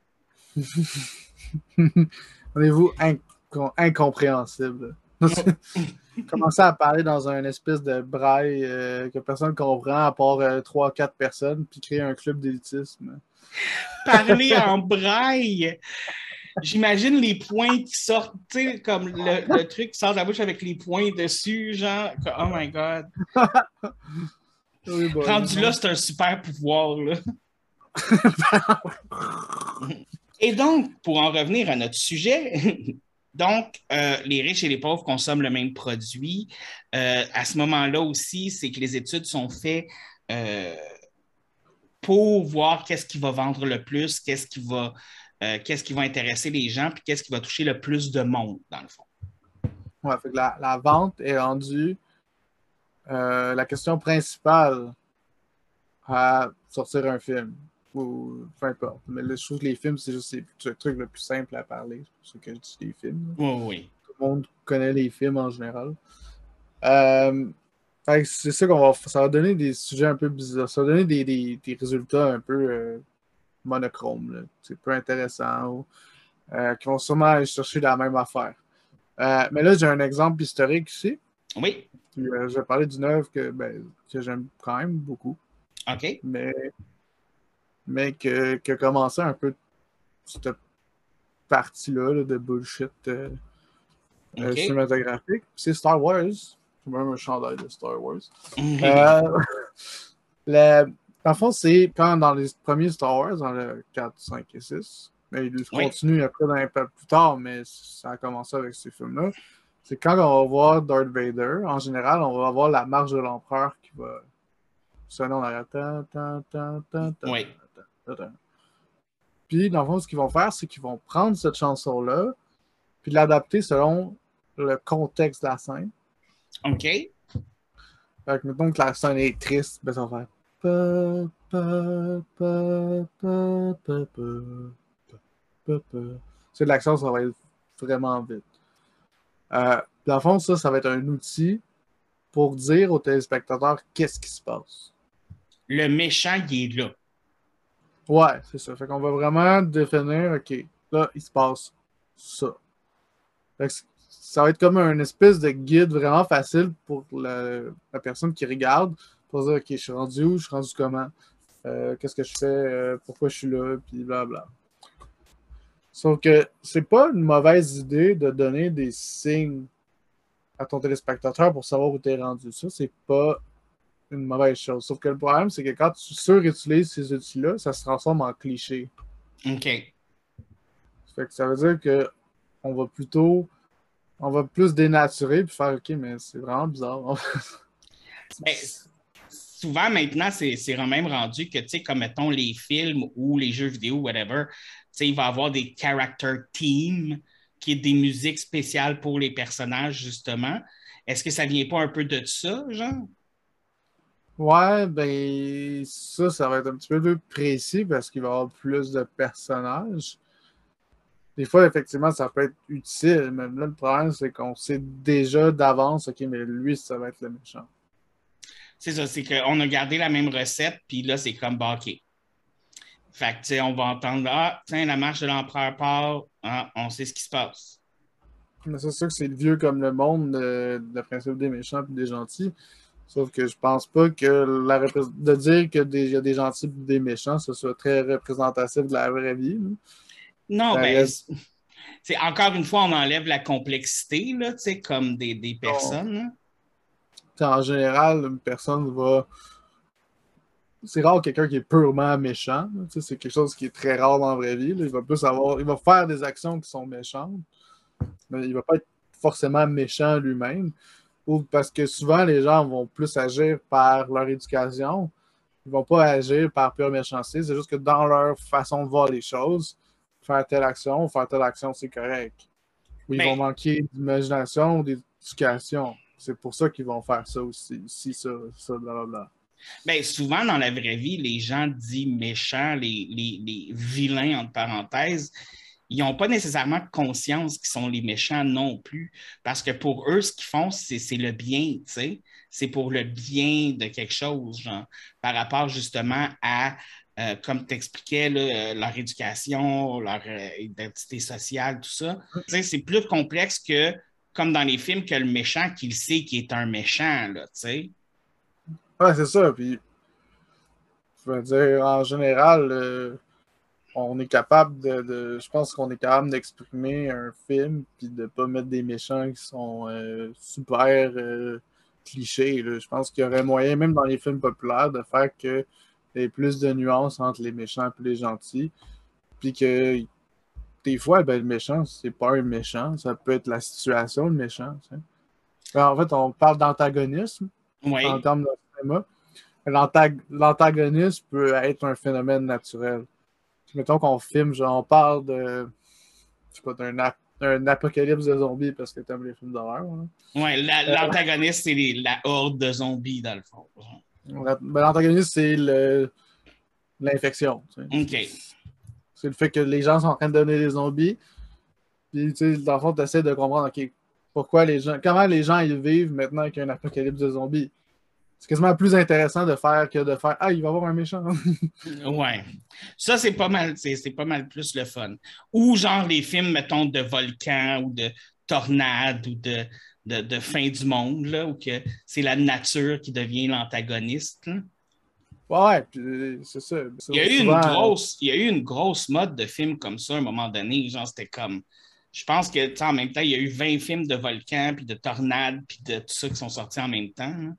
[SPEAKER 4] rendez-vous incom- incompréhensible. Commencer à parler dans un espèce de braille euh, que personne ne comprend à part euh, trois quatre personnes, puis créer un club d'élitisme.
[SPEAKER 3] Parler en braille. J'imagine les points qui sortent, tu sais, comme le, le truc qui sort de la bouche avec les points dessus, genre, oh my God.
[SPEAKER 4] Oui, boy,
[SPEAKER 3] Rendu là,
[SPEAKER 4] non?
[SPEAKER 3] c'est un super pouvoir, là. Et donc, pour en revenir à notre sujet, donc, euh, les riches et les pauvres consomment le même produit. Euh, à ce moment-là aussi, c'est que les études sont faites euh, pour voir qu'est-ce qui va vendre le plus, qu'est-ce qui va, euh, qu'est-ce qui va intéresser les gens, puis qu'est-ce qui va toucher le plus de monde, dans le fond.
[SPEAKER 4] Ouais, fait que la, la vente est rendue euh, la question principale à sortir un film. Ou peu importe. Mais là, je trouve que les films, c'est juste le truc le plus simple à parler. C'est pour ça que je dis les films.
[SPEAKER 3] Oui, oui.
[SPEAKER 4] Tout le monde connaît les films en général. Euh, fait que c'est ça qu'on va faire. Ça va donner des sujets un peu bizarres. Ça va donner des, des, des résultats un peu euh, monochromes. Là. C'est peu intéressant. Ou, euh, qui vont sûrement aller chercher la même affaire. Euh, mais là, j'ai un exemple historique ici.
[SPEAKER 3] Oui,
[SPEAKER 4] Puis, euh, je vais parler d'une œuvre que, ben, que j'aime quand même beaucoup.
[SPEAKER 3] OK.
[SPEAKER 4] Mais, mais que, qui a commencé un peu cette partie-là là, de bullshit euh, euh,
[SPEAKER 3] OK.
[SPEAKER 4] cinématographique. C'est Star Wars. J'ai même un chandail de Star Wars.
[SPEAKER 3] Mhm.
[SPEAKER 4] Euh, le, en fond, c'est quand dans les premiers Star Wars, dans le quatre, cinq et six, mais il
[SPEAKER 3] Oui.
[SPEAKER 4] continue après dans un peu plus tard, mais ça a commencé avec ces films-là. C'est quand on va voir Darth Vader, en général, on va voir la marche de l'empereur qui va sonner en arrière. Ta, ta, ta, ta, ta,
[SPEAKER 3] Oui.
[SPEAKER 4] ta, ta, ta. Puis, dans le fond, ce qu'ils vont faire, c'est qu'ils vont prendre cette chanson-là, puis l'adapter selon le contexte de la scène.
[SPEAKER 3] OK.
[SPEAKER 4] Fait que, mettons que la scène est triste, ben ça va faire. Pa, pa, pa, pa, pa, pa, pa, pa. C'est de l'action, ça va être vraiment vite. Euh, dans le fond, ça, ça va être un outil pour dire aux téléspectateurs qu'est-ce qui se passe.
[SPEAKER 3] Le méchant, il est là.
[SPEAKER 4] Ouais, c'est ça. Fait qu'on va vraiment définir, OK, là, il se passe ça. Fait que ça va être comme un espèce de guide vraiment facile pour la, la personne qui regarde pour dire, OK, je suis rendu où, je suis rendu comment, euh, qu'est-ce que je fais, euh, pourquoi je suis là, puis blablabla. Sauf que c'est pas une mauvaise idée de donner des signes à ton téléspectateur pour savoir où tu es rendu. Ça, c'est pas une mauvaise chose. Sauf que le problème, c'est que quand tu surutilises ces outils-là, ça se transforme en cliché.
[SPEAKER 3] OK.
[SPEAKER 4] Fait que ça veut dire que on va plutôt on va plus dénaturer puis faire OK, mais c'est vraiment bizarre.
[SPEAKER 3] Ben, souvent, maintenant, c'est, c'est même rendu que, tu sais, comme mettons les films ou les jeux vidéo, whatever, tu sais, il va y avoir des character teams qui est des musiques spéciales pour les personnages, justement. Est-ce que ça vient pas un peu de ça, genre?
[SPEAKER 4] Ouais, ben ça, ça va être un petit peu plus précis parce qu'il va y avoir plus de personnages. Des fois, effectivement, ça peut être utile, mais là, le problème, c'est qu'on sait déjà d'avance, OK, mais lui, ça va être le méchant.
[SPEAKER 3] C'est ça, c'est qu'on a gardé la même recette, puis là, c'est comme, bah, OK. Fait que, tu sais, on va entendre, ah, tiens, la marche de l'empereur part, ah, on sait ce qui se passe.
[SPEAKER 4] Mais c'est sûr que c'est vieux comme le monde, le, le principe des méchants et des gentils. Sauf que je pense pas que la repré- de dire qu'il y a des gentils et des méchants, ce soit très représentatif de la vraie vie. Là.
[SPEAKER 3] Non,
[SPEAKER 4] Ça
[SPEAKER 3] ben,
[SPEAKER 4] reste,
[SPEAKER 3] c'est encore une fois, on enlève la complexité, là, tu sais, comme des, des
[SPEAKER 4] on-
[SPEAKER 3] personnes. Là.
[SPEAKER 4] en général, une personne va. C'est rare quelqu'un qui est purement méchant. là. Tu sais, C'est quelque chose qui est très rare dans la vraie vie. là. Il va plus avoir. Il va faire des actions qui sont méchantes, mais il va pas être forcément méchant lui-même. Ou parce que souvent, les gens vont plus agir par leur éducation. Ils vont pas agir par pure méchanceté. C'est juste que dans leur façon de voir les choses, faire telle action, faire telle action, c'est correct. Ou ils
[SPEAKER 3] Ben,
[SPEAKER 4] vont manquer d'imagination ou d'éducation. C'est pour ça qu'ils vont faire ça aussi. Si, ça, ça, blablabla.
[SPEAKER 3] ben, souvent, dans la vraie vie, les gens dits méchants, les, les, les vilains, entre parenthèses, ils n'ont pas nécessairement conscience qu'ils sont les méchants non plus. Parce que pour eux, ce qu'ils font, c'est, c'est le bien, tu sais. C'est pour le bien de quelque chose, genre, par rapport justement à, euh, comme tu expliquais, là, euh, leur éducation, leur euh, identité sociale, tout ça. Tu sais, c'est plus complexe que, comme dans les films, que le méchant qu'il sait qu'il est un méchant, là, tu sais.
[SPEAKER 4] Ouais, c'est ça. Puis, je veux dire, en général, euh, on est capable de, de- je pense qu'on est capable d'exprimer un film puis de pas mettre des méchants qui sont euh, super euh, clichés. là. Je pense qu'il y aurait moyen, même dans les films populaires, de faire que il y ait plus de nuances entre les méchants et les gentils. Puis que des fois, ben, le méchant, c'est pas un méchant, ça peut être la situation, le méchant. tu sais. En fait, on parle d'antagonisme en
[SPEAKER 3] Oui.
[SPEAKER 4] termes de cinéma. L'antag- L'antagonisme peut être un phénomène naturel. Mettons qu'on filme, genre, on parle de, je sais pas, d'un ap- un apocalypse de zombies parce que t'aimes les films d'horreur. hein.
[SPEAKER 3] Ouais, la-
[SPEAKER 4] Euh,
[SPEAKER 3] l'antagoniste, c'est les- la horde de zombies, dans le fond.
[SPEAKER 4] ben, L'antagoniste, c'est le- l'infection. tu sais.
[SPEAKER 3] OK.
[SPEAKER 4] C'est le fait que les gens sont en train de donner des zombies. Puis, tu sais, dans le fond, tu essaies de comprendre, OK, pourquoi les gens, comment les gens ils vivent maintenant qu'il y a un apocalypse de zombies. C'est quasiment plus intéressant de faire que de faire Ah, il va y avoir un méchant.
[SPEAKER 3] Ouais. Ça, c'est pas mal, c'est, c'est pas mal plus le fun. Ou genre les films, mettons, de volcans ou de tornades ou de, de, de fin du monde, là, où que c'est la nature qui devient l'antagoniste. Là.
[SPEAKER 4] ouais, puis c'est ça.
[SPEAKER 3] Il y a eu une
[SPEAKER 4] Souvent, euh,
[SPEAKER 3] grosse, il y a eu une grosse mode de films comme ça à un moment donné. Genre, c'était comme. Je pense que, tu sais, en même temps, il y a eu vingt films de volcans, puis de tornades, puis de tout ça qui sont sortis en même temps. Hein.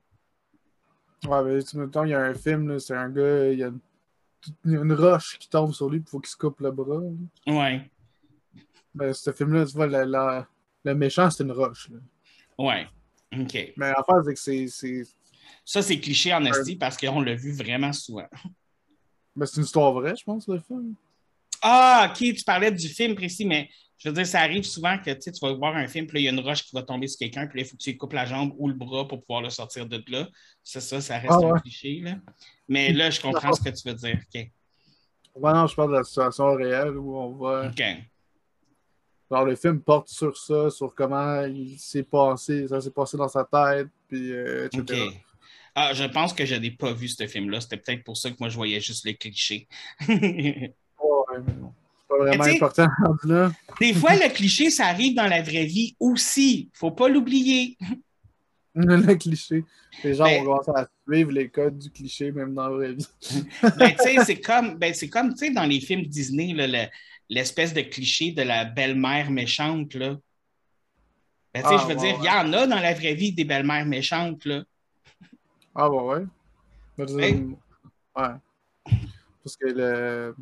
[SPEAKER 4] ouais, mais, tu mettons, il y a un film, là, c'est un gars, il y a une, il y a une roche qui tombe sur lui, il faut qu'il se coupe le bras. là.
[SPEAKER 3] Ouais,
[SPEAKER 4] Ben, ce film-là, tu vois, la- la- le méchant, c'est une roche. là.
[SPEAKER 3] ouais. OK.
[SPEAKER 4] Mais l'affaire, c'est que c'est, c'est,
[SPEAKER 3] Ça, c'est cliché en
[SPEAKER 4] un-
[SPEAKER 3] esti parce qu'on l'a vu vraiment souvent.
[SPEAKER 4] ben, c'est une histoire vraie, je pense, le film.
[SPEAKER 3] Ah, OK, tu parlais du film précis, mais je veux dire, ça arrive souvent que tu sais, tu vas voir un film, puis là, il y a une roche qui va tomber sur quelqu'un, puis là, il faut que tu lui coupes la jambe ou le bras pour pouvoir le sortir de là. C'est ça, ça
[SPEAKER 4] Ah
[SPEAKER 3] reste un
[SPEAKER 4] ouais.
[SPEAKER 3] cliché, là. Mais là, je comprends
[SPEAKER 4] Non.
[SPEAKER 3] ce que tu veux dire. OK.
[SPEAKER 4] Ouais, non, je parle de la situation réelle où on voit.
[SPEAKER 3] OK.
[SPEAKER 4] Genre, le film porte sur ça, sur comment il s'est passé, ça s'est passé dans sa tête, puis euh,
[SPEAKER 3] OK.
[SPEAKER 4] et cetera.
[SPEAKER 3] Ah, je pense que je n'ai pas vu ce film-là. C'était peut-être pour ça que moi, je voyais juste les clichés.
[SPEAKER 4] Ouais, mais non. C'est pas
[SPEAKER 3] Mais
[SPEAKER 4] vraiment
[SPEAKER 3] tu sais,
[SPEAKER 4] important rendu là.
[SPEAKER 3] des fois, le cliché, ça arrive dans la vraie vie aussi. Faut pas l'oublier.
[SPEAKER 4] Le cliché. Les gens
[SPEAKER 3] Ben,
[SPEAKER 4] vont commencer à suivre les codes du cliché, même dans la vraie vie.
[SPEAKER 3] ben, tu sais, c'est comme, ben, c'est comme, tu sais, dans les films Disney, là, le- l'espèce de cliché de la belle-mère méchante, là. Ben, tu sais, je
[SPEAKER 4] Ah,
[SPEAKER 3] veux
[SPEAKER 4] ouais,
[SPEAKER 3] dire, il y
[SPEAKER 4] ouais.
[SPEAKER 3] en a dans la vraie vie des belles-mères méchantes, là.
[SPEAKER 4] Ah, ouais, ouais. Je veux dire,
[SPEAKER 3] Hey.
[SPEAKER 4] ouais. Parce que le.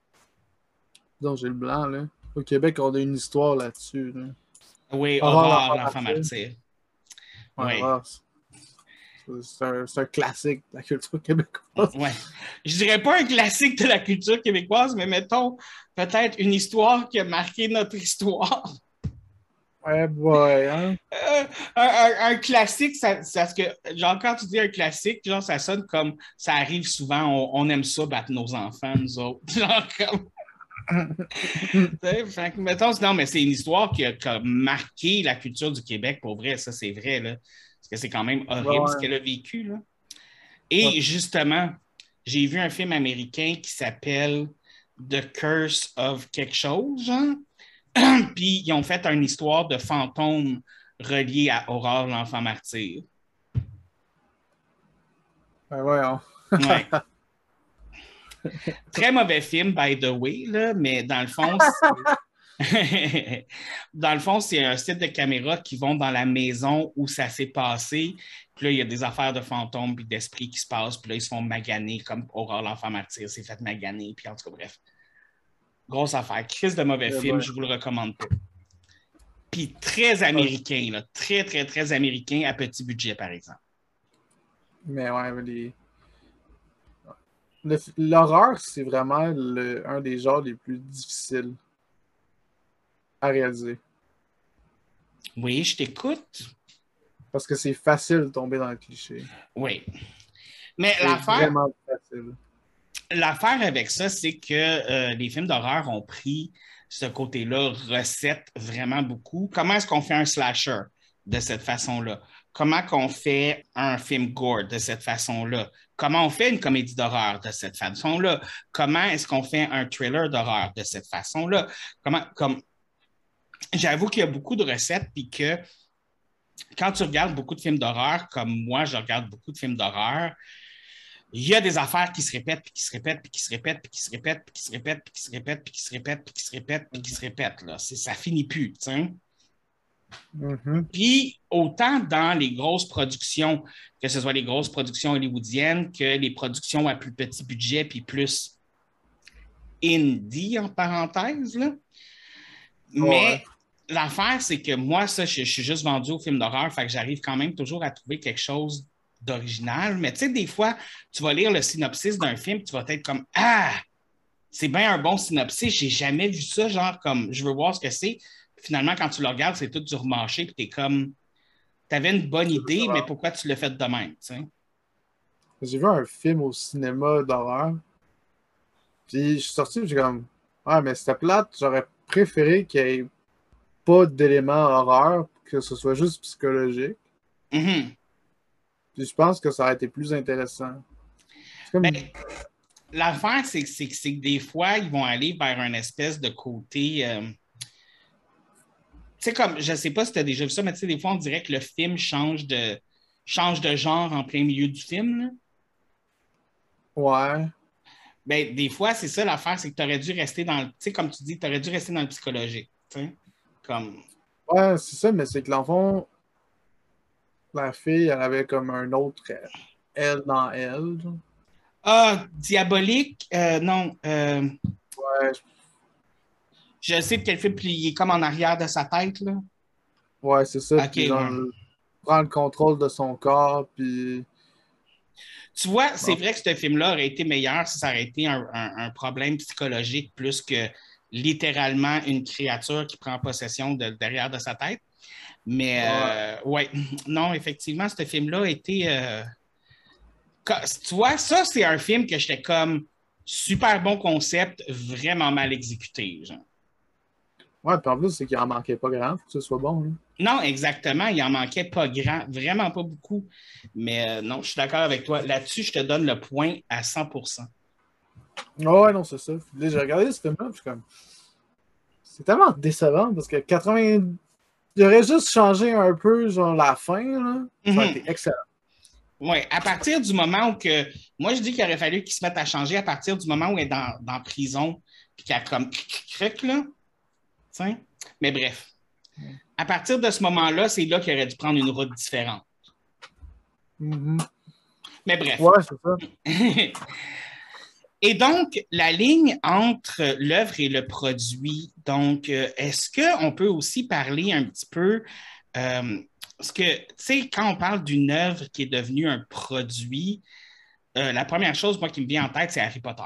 [SPEAKER 4] Donc, j'ai le blanc, là. Au Québec, on a une histoire là-dessus. Là.
[SPEAKER 3] Oui,
[SPEAKER 4] Aurore,
[SPEAKER 3] Aurore,
[SPEAKER 4] l'enfant
[SPEAKER 3] l'enfant
[SPEAKER 4] martyr.
[SPEAKER 3] martyr.
[SPEAKER 4] Ouais,
[SPEAKER 3] Oui.
[SPEAKER 4] voilà. C'est- C'est un, c'est un classique de la culture québécoise.
[SPEAKER 3] Ouais. Je dirais pas un classique de la culture québécoise, mais mettons peut-être une histoire qui a marqué notre histoire.
[SPEAKER 4] Ouais, boy, hein.
[SPEAKER 3] Euh, un, un- un classique, ça, ça, ce que, genre, quand tu dis un classique, genre, ça sonne comme ça arrive souvent, on, on aime ça battre nos enfants, nous autres. Genre, comme, tu sais, fait que, mettons, non, mais c'est une histoire qui a, qui a marqué la culture du Québec, pour vrai, ça, c'est vrai, là. Parce que c'est quand même horrible ce
[SPEAKER 4] Ouais,
[SPEAKER 3] qu'elle a vécu, là.
[SPEAKER 4] ouais.
[SPEAKER 3] Et justement, j'ai vu un film américain qui s'appelle The Curse of quelque chose, genre. Puis ils ont fait une histoire de fantôme relié à Aurore, l'enfant martyr.
[SPEAKER 4] Ben voyons.
[SPEAKER 3] Ouais. Très mauvais film, by the way, là, mais dans le fond, c'est... dans le fond, c'est un site de caméra qui vont dans la maison où ça s'est passé. Puis là, il y a des affaires de fantômes puis d'esprits qui se passent. Puis là, ils se font maganer comme Aurore l'enfant martyr s'est fait maganer. Puis en tout cas, bref. Grosse affaire. Crise de mauvais
[SPEAKER 4] Eh
[SPEAKER 3] film,
[SPEAKER 4] ben.
[SPEAKER 3] je vous le recommande pas. Puis très américain, là. Très, très, très américain à petit budget, par exemple.
[SPEAKER 4] Mais ouais, mais les... Le- L'horreur, c'est vraiment le- un des genres les plus difficiles à réaliser.
[SPEAKER 3] Oui, je t'écoute.
[SPEAKER 4] Parce que c'est facile de tomber dans le cliché.
[SPEAKER 3] Oui. Mais
[SPEAKER 4] C'est
[SPEAKER 3] l'affaire,
[SPEAKER 4] vraiment facile.
[SPEAKER 3] l'affaire avec ça, c'est que euh, les films d'horreur ont pris ce côté-là, recette vraiment beaucoup. Comment est-ce qu'on fait un slasher de cette façon-là? Comment qu'on fait un film gore de cette façon-là? Comment on fait une comédie d'horreur de cette façon-là? Comment est-ce qu'on fait un thriller d'horreur de cette façon-là? Comment, comme... J'avoue qu'il y a beaucoup de recettes, puis que quand tu regardes beaucoup de films d'horreur, comme moi, je regarde beaucoup de films d'horreur, il y a des affaires qui se répètent, puis qui se répètent, puis qui se répètent, puis qui se répètent, puis qui se répètent, puis qui se répètent, puis qui se répètent, puis qui se répètent, puis qui se répètent. Là. C'est, ça finit plus, tu sais.
[SPEAKER 4] Mhm.
[SPEAKER 3] Puis, autant dans les grosses productions, que ce soit les grosses productions hollywoodiennes, que les productions à plus petit budget, puis plus indie, en parenthèse, là. Mais
[SPEAKER 4] Ouais.
[SPEAKER 3] l'affaire, c'est que moi, ça, je, je suis juste vendu au film d'horreur, fait que j'arrive quand même toujours à trouver quelque chose d'original. Mais tu sais, des fois, tu vas lire le synopsis d'un film, tu vas être comme « Ah! C'est bien un bon synopsis, j'ai jamais vu ça, genre comme je veux voir ce que c'est. » Finalement, quand tu le regardes, c'est tout du remâché, puis t'es comme t'avais une bonne idée, mais pourquoi tu l'as fait de même, tu sais?
[SPEAKER 4] J'ai vu un film au cinéma d'horreur. Puis je suis sorti, puis j'ai comme ouais, mais c'était plate, j'aurais préféré qu'il n'y ait pas d'éléments horreur, que ce soit juste psychologique.
[SPEAKER 3] Mm-hmm.
[SPEAKER 4] Puis je pense que ça aurait été plus intéressant. C'est comme...
[SPEAKER 3] Ben, l'affaire, c'est, c'est, c'est que des fois, ils vont aller vers un espèce de côté. Euh... Tu sais, comme, je sais pas si tu as déjà vu ça, mais tu sais, des fois, on dirait que le film change de, change de genre en plein milieu du film, là.
[SPEAKER 4] Ouais.
[SPEAKER 3] Ben, des fois, c'est ça l'affaire, c'est que tu aurais dû rester dans le. Tu sais, comme tu dis, tu aurais dû rester dans le psychologique. Tu sais, comme.
[SPEAKER 4] Ouais, c'est ça, mais c'est que l'enfant, la fille, elle avait comme un autre elle dans elle. Genre.
[SPEAKER 3] Ah, diabolique? Euh, non. Euh,
[SPEAKER 4] Ouais, je-
[SPEAKER 3] je sais de quel film, puis il est comme en arrière de sa tête, là.
[SPEAKER 4] ouais, c'est ça.
[SPEAKER 3] Ok,
[SPEAKER 4] Puis genre,
[SPEAKER 3] ouais.
[SPEAKER 4] prend le contrôle de son corps, puis...
[SPEAKER 3] Tu vois, c'est
[SPEAKER 4] Bon.
[SPEAKER 3] vrai que ce film-là aurait été meilleur si ça aurait été un, un, un problème psychologique plus que littéralement une créature qui prend possession de, derrière de sa tête. Mais euh, ouais, non, effectivement, ce film-là a été. Euh, tu vois, ça, c'est un film que j'étais comme super bon concept, vraiment mal exécuté. Genre.
[SPEAKER 4] Ouais, puis en plus, c'est qu'il en manquait pas grand pour que ce soit bon. Là.
[SPEAKER 3] Non, exactement, il en manquait pas grand, vraiment pas beaucoup. Mais euh, non, je suis d'accord avec toi. Là-dessus, je te donne le point à cent pour cent.
[SPEAKER 4] Ouais, non, c'est ça. Là, j'ai regardé ce film-là, puis je suis comme... C'est tellement décevant, parce que quatre-vingts... Il aurait juste changé un peu, genre, la fin, là. Ça aurait
[SPEAKER 3] Mm-hmm.
[SPEAKER 4] été excellent.
[SPEAKER 3] Oui, à partir du moment où que. Moi, je dis qu'il aurait fallu qu'il se mette à changer à partir du moment où elle est dans, dans prison, puis qu'il y a comme cric, là. T'sais? Mais bref. À partir de ce moment-là, c'est là qu'il aurait dû prendre une route différente.
[SPEAKER 4] Mm-hmm.
[SPEAKER 3] Mais bref.
[SPEAKER 4] Ouais, c'est ça.
[SPEAKER 3] Et donc, la ligne entre l'œuvre et le produit, donc, est-ce qu'on peut aussi parler un petit peu. Euh, parce que, tu sais, quand on parle d'une œuvre qui est devenue un produit, euh, la première chose, moi, qui me vient en tête, c'est Harry Potter.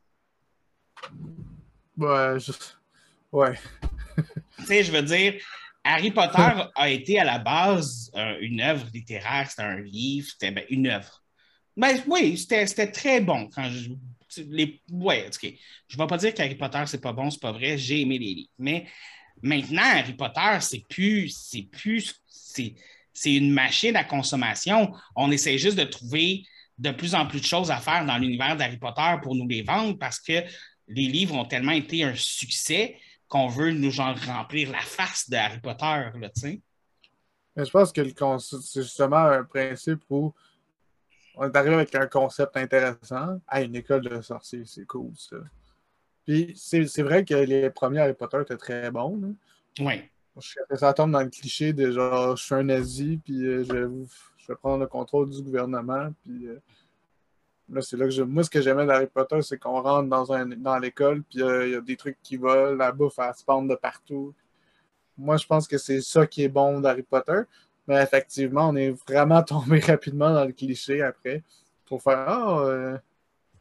[SPEAKER 4] Ouais, je... ouais.
[SPEAKER 3] Tu sais, je veux dire, Harry Potter a été à la base euh, une œuvre littéraire, c'était un livre, c'était ben, une œuvre. Ben oui, c'était, c'était très bon quand je. Les, ouais, ok. Je ne vais pas dire qu'Harry Potter, c'est pas bon, c'est pas vrai, j'ai aimé les livres. Mais maintenant, Harry Potter, c'est plus. C'est plus. C'est, c'est une machine à consommation. On essaie juste de trouver de plus en plus de choses à faire dans l'univers d'Harry Potter pour nous les vendre parce que les livres ont tellement été un succès qu'on veut nous genre remplir la face de Harry Potter, là, tu sais.
[SPEAKER 4] Mais je pense que le concept, c'est justement un principe où on est arrivé avec un concept intéressant. Ah, une école de sorciers, c'est cool, ça. Puis c'est, c'est vrai que les premiers Harry Potter étaient très bons. Là.
[SPEAKER 3] Oui.
[SPEAKER 4] Je, ça tombe dans le cliché de genre, je suis un nazi, puis euh, je, vais, je vais prendre le contrôle du gouvernement, puis euh, là, c'est là que je... Moi, ce que j'aimais d'Harry Potter, c'est qu'on rentre dans, un, dans l'école, puis il euh, y a des trucs qui volent, la bouffe, elle se pend de partout. Moi, je pense que c'est ça qui est bon d'Harry Potter. Mais effectivement, on est vraiment tombé rapidement dans le cliché après pour faire « Ah, oh, euh, OK. »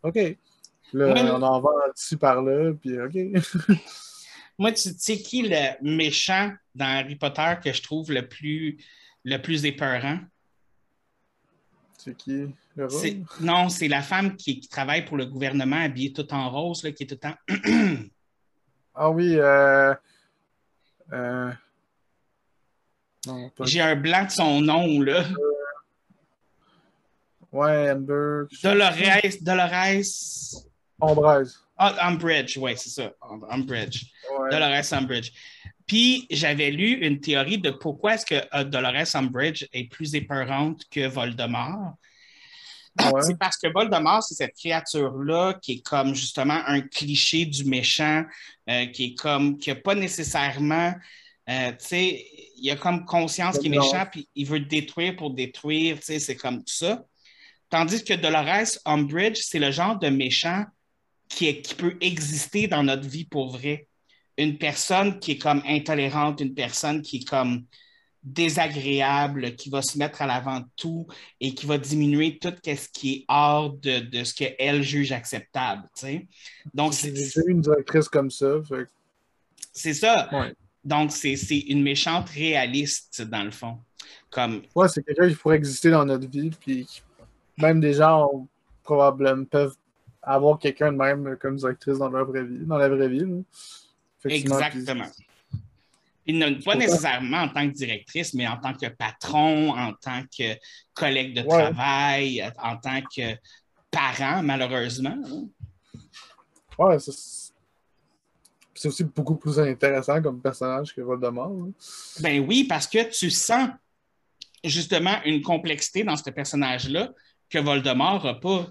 [SPEAKER 4] Là,
[SPEAKER 3] Moi,
[SPEAKER 4] on en va dessus par là, puis OK.
[SPEAKER 3] moi, tu sais qui le méchant dans Harry Potter que je trouve le plus, le plus épeurant?
[SPEAKER 4] C'est qui? Le
[SPEAKER 3] C'est,
[SPEAKER 4] rôle?
[SPEAKER 3] non, c'est la femme qui, qui travaille pour le gouvernement, habillée tout en rose, là, qui est tout le temps...
[SPEAKER 4] Ah oui, euh... euh... Non, pas...
[SPEAKER 3] J'ai un blanc de son nom, là.
[SPEAKER 4] Ouais, Amber...
[SPEAKER 3] Dolores... Dolores...
[SPEAKER 4] Ombraise.
[SPEAKER 3] Ah, Umbridge, oui, c'est ça. Umbridge.
[SPEAKER 4] Ouais.
[SPEAKER 3] Dolores Umbridge. Puis, j'avais lu une théorie de pourquoi est-ce que uh, Dolores Umbridge est plus épeurante que Voldemort.
[SPEAKER 4] Ouais.
[SPEAKER 3] C'est parce que Voldemort, c'est cette créature-là qui est comme justement un cliché du méchant, euh, qui est comme, qui n'a pas nécessairement, euh, tu sais, il a comme conscience qu'il est méchant, puis il veut détruire pour détruire, tu sais, c'est comme tout ça. Tandis que Dolores Umbridge, c'est le genre de méchant qui, est, qui peut exister dans notre vie pour vrai. Une personne qui est comme intolérante, une personne qui est comme désagréable, qui va se mettre à l'avant de tout et qui va diminuer tout ce qui est hors de, de ce qu'elle juge acceptable. T'sais. Donc, c'est,
[SPEAKER 4] J'ai eu une directrice comme ça. Fait...
[SPEAKER 3] C'est ça.
[SPEAKER 4] Ouais.
[SPEAKER 3] Donc, c'est, c'est une méchante réaliste, dans le fond. Comme...
[SPEAKER 4] Ouais, c'est quelqu'un qui pourrait exister dans notre vie, puis même des gens ont, probablement peuvent avoir quelqu'un de même comme directrice dans leur vraie vie, dans la vraie vie.
[SPEAKER 3] Exactement. Puis, Puis pas nécessairement en tant que directrice, mais en tant que patron, en tant que collègue de ouais. travail, en tant que parent, malheureusement.
[SPEAKER 4] Ouais, c'est, c'est aussi beaucoup plus intéressant comme personnage que Voldemort. Hein.
[SPEAKER 3] Ben oui, parce que tu sens justement une complexité dans ce personnage-là que Voldemort n'a pas.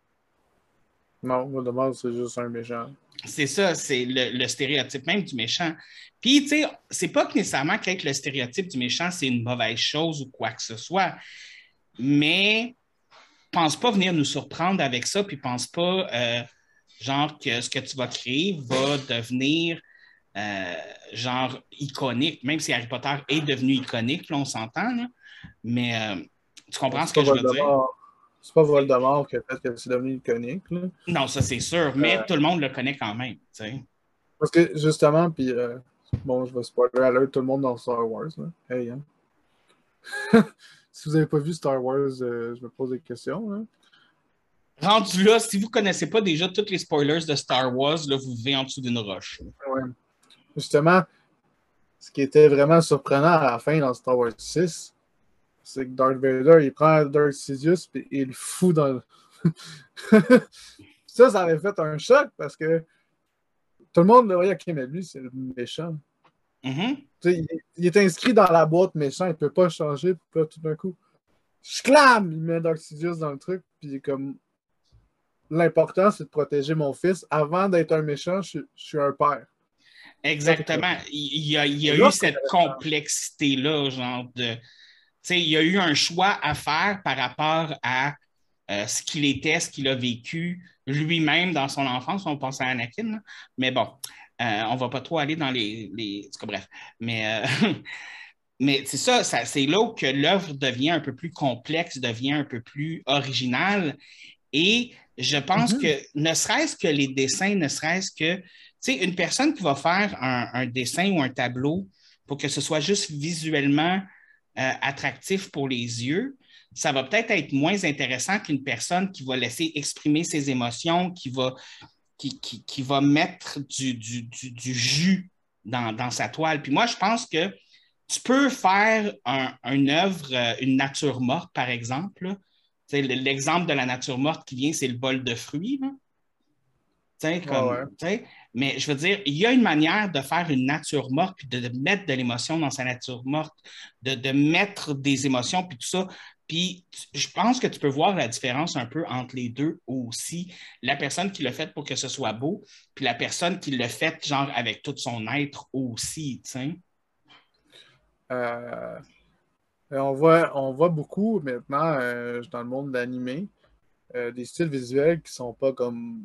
[SPEAKER 4] Non, Voldemort, c'est juste un méchant.
[SPEAKER 3] C'est ça, c'est le, le stéréotype même du méchant. Puis, tu sais, c'est pas que nécessairement qu'être le stéréotype du méchant, c'est une mauvaise chose ou quoi que ce soit, mais pense pas venir nous surprendre avec ça, puis pense pas, euh, genre, que ce que tu vas créer va devenir, euh, genre, iconique, même si Harry Potter est devenu iconique, là, on s'entend, là, mais euh, tu comprends ce que je veux dire?
[SPEAKER 4] C'est pas Voldemort qui a fait que c'est devenu iconique. Là.
[SPEAKER 3] Non, ça c'est sûr, mais euh, tout le monde le connaît quand même. T'sais.
[SPEAKER 4] Parce que justement, puis euh, bon, je vais spoiler alert tout le monde dans Star Wars. Là. Hey, hein. Si vous n'avez pas vu Star Wars, euh, je me pose des questions. Hein.
[SPEAKER 3] Rendu là, si vous ne connaissez pas déjà tous les spoilers de Star Wars, là, vous vivez en dessous d'une roche.
[SPEAKER 4] Ouais. Justement, ce qui était vraiment surprenant à la fin dans Star Wars six, c'est que Darth Vader, il prend Darth Sidious et il le fout dans le... ça, ça avait fait un choc parce que tout le monde le voyait, ok, mais lui, c'est le méchant.
[SPEAKER 3] Mm-hmm.
[SPEAKER 4] Il, il est inscrit dans la boîte méchant, il ne peut pas changer, puis là, tout d'un coup, je clame, il met Darth Sidious dans le truc, puis comme l'important, c'est de protéger mon fils. Avant d'être un méchant, je, je suis un père.
[SPEAKER 3] Exactement. Il y a, il y a eu cette complexité-là, genre de... T'sais, il y a eu un choix à faire par rapport à euh, ce qu'il était, ce qu'il a vécu lui-même dans son enfance. On pense à Anakin, là. Mais bon, euh, on ne va pas trop aller dans les... les... En tout cas, bref. Mais, euh... Mais c'est ça, ça, c'est là où que l'œuvre devient un peu plus complexe, devient un peu plus originale. Et je pense mm-hmm. que, ne serait-ce que les dessins, ne serait-ce que... Tu sais, une personne qui va faire un, un dessin ou un tableau pour que ce soit juste visuellement... Euh, attractif pour les yeux, ça va peut-être être moins intéressant qu'une personne qui va laisser exprimer ses émotions, qui va, qui, qui, qui va mettre du, du, du, du jus dans, dans sa toile. Puis moi, je pense que tu peux faire un, une œuvre, une nature morte, par exemple. L'exemple de la nature morte qui vient, c'est le bol de fruits. Là. Comme, ouais, ouais. Mais je veux dire, il y a une manière de faire une nature morte, puis de, de mettre de l'émotion dans sa nature morte, de, de mettre des émotions, puis tout ça. Puis, tu- je pense que tu peux voir la différence un peu entre les deux aussi. La personne qui l'a fait pour que ce soit beau, puis la personne qui l'a fait, genre, avec tout son être aussi, tu sais.
[SPEAKER 4] Euh, on voit, on voit beaucoup maintenant euh, dans le monde de l'animé euh, des styles visuels qui sont pas comme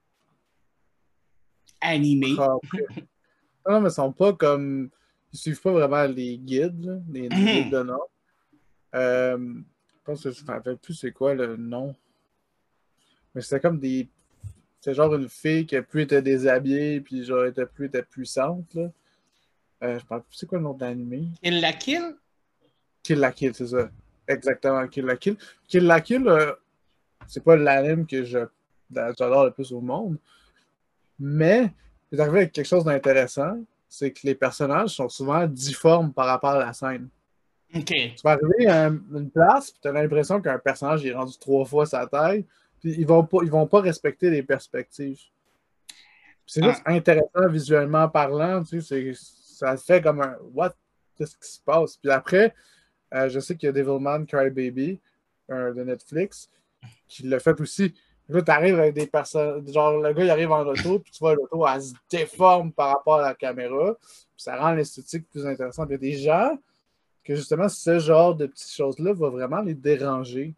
[SPEAKER 3] Animé.
[SPEAKER 4] propres. Non, mais ils sont pas comme. Ils suivent pas vraiment les guides, là, les, les guides
[SPEAKER 3] Mhm.
[SPEAKER 4] de nom. Euh, je pense que je ne me rappelle plus c'est quoi le nom. Mais c'était comme des. C'est genre une fille qui a plus été déshabillée, puis genre était plus était puissante, là. Euh, je ne me rappelle plus c'est quoi le nom de l'animé.
[SPEAKER 3] Il la kill?
[SPEAKER 4] Kill la Kill, c'est ça. Exactement, Kill la Kill. Kill la Kill, euh, c'est pas l'anime que je j'adore le plus au monde, mais c'est arrivé avec quelque chose d'intéressant, c'est que les personnages sont souvent difformes par rapport à la scène.
[SPEAKER 3] OK.
[SPEAKER 4] Tu vas arriver à une place, puis tu as l'impression qu'un personnage est rendu trois fois sa taille, puis ils vont pas, ils vont pas respecter les perspectives. C'est juste
[SPEAKER 3] Ah,
[SPEAKER 4] intéressant visuellement parlant, tu sais, ça fait comme un what? Qu'est-ce qui se passe? Puis après, euh, je sais qu'il y a Devilman Crybaby euh, de Netflix qui l'a fait aussi. Là, tu arrives avec des personnes, genre le gars il arrive en auto, puis tu vois l'auto, elle se déforme par rapport à la caméra, puis ça rend l'esthétique plus intéressante. Il y a des gens que justement, ce genre de petites choses-là va vraiment les déranger.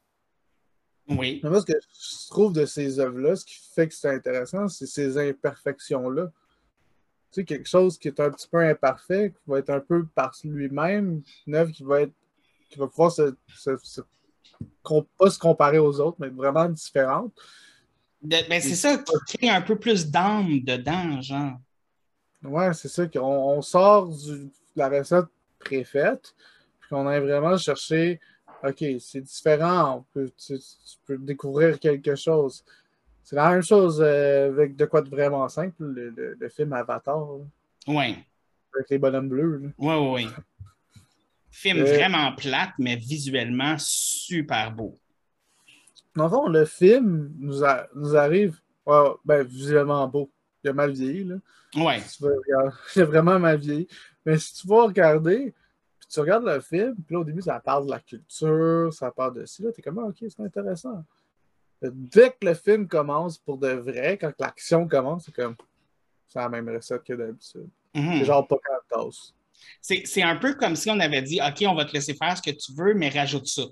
[SPEAKER 3] oui.
[SPEAKER 4] Mais moi, ce que je trouve de ces œuvres-là, ce qui fait que c'est intéressant, c'est ces imperfections-là. Tu sais, quelque chose qui est un petit peu imparfait, qui va être un peu par lui-même, une œuvre qui va être qui va pouvoir se, se, se pas se comparer aux autres, mais vraiment différente.
[SPEAKER 3] De- ben,
[SPEAKER 4] Et
[SPEAKER 3] c'est ça qui crée un peu plus d'âme dedans, genre.
[SPEAKER 4] ouais, c'est ça qu'on on sort du- de la recette préfaite, puis qu'on aille vraiment chercher, OK, c'est différent, on peut, tu, tu peux découvrir quelque chose. C'est la même chose euh, avec de quoi de vraiment simple, le, le- le film Avatar, là,
[SPEAKER 3] Oui,
[SPEAKER 4] avec les bonhommes bleus. Là.
[SPEAKER 3] oui, oui, oui. Film
[SPEAKER 4] Euh,
[SPEAKER 3] vraiment plate, mais visuellement super beau.
[SPEAKER 4] dans le fond, le film nous, a- nous arrive ouais, ben, visuellement beau. Il a mal vieilli, là.
[SPEAKER 3] Oui.
[SPEAKER 4] Si tu veux regarder, il a vraiment mal vieilli. Mais si tu vas regarder, puis tu regardes le film, puis là, au début, ça parle de la culture, ça parle de ci, là, t'es comme, ah, OK, c'est intéressant. Dès que le film commence pour de vrai, quand l'action commence, c'est comme, c'est la même recette que d'habitude. C'est
[SPEAKER 3] Mhm.
[SPEAKER 4] genre Pocahontas.
[SPEAKER 3] C'est, c'est un peu comme si on avait dit, OK, on va te laisser faire ce que tu veux, mais rajoute ça.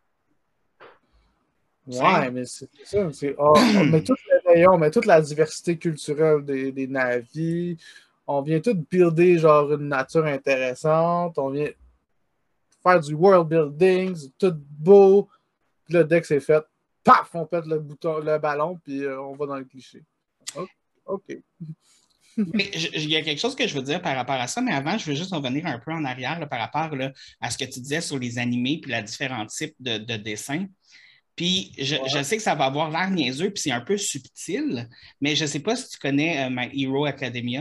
[SPEAKER 3] Tu sais?
[SPEAKER 4] Ouais, mais c'est ça. C'est, on, on met tout le rayon, on met toute la diversité culturelle des, des navis. On vient tout builder genre une nature intéressante. On vient faire du world building, c'est tout beau. Puis là, dès que c'est fait, paf, on pète le bouton, le ballon, puis euh, on va dans le cliché. OK. OK.
[SPEAKER 3] Mais je- il y a quelque chose que je veux dire par rapport à ça, mais avant, je veux juste revenir un peu en arrière là, par rapport là, à ce que tu disais sur les animés puis les différents types de, de dessins. Puis je, je
[SPEAKER 4] Ouais.
[SPEAKER 3] sais que ça va avoir l'air niaiseux, puis c'est un peu subtil, mais je ne sais pas si tu connais euh, My Hero Academia.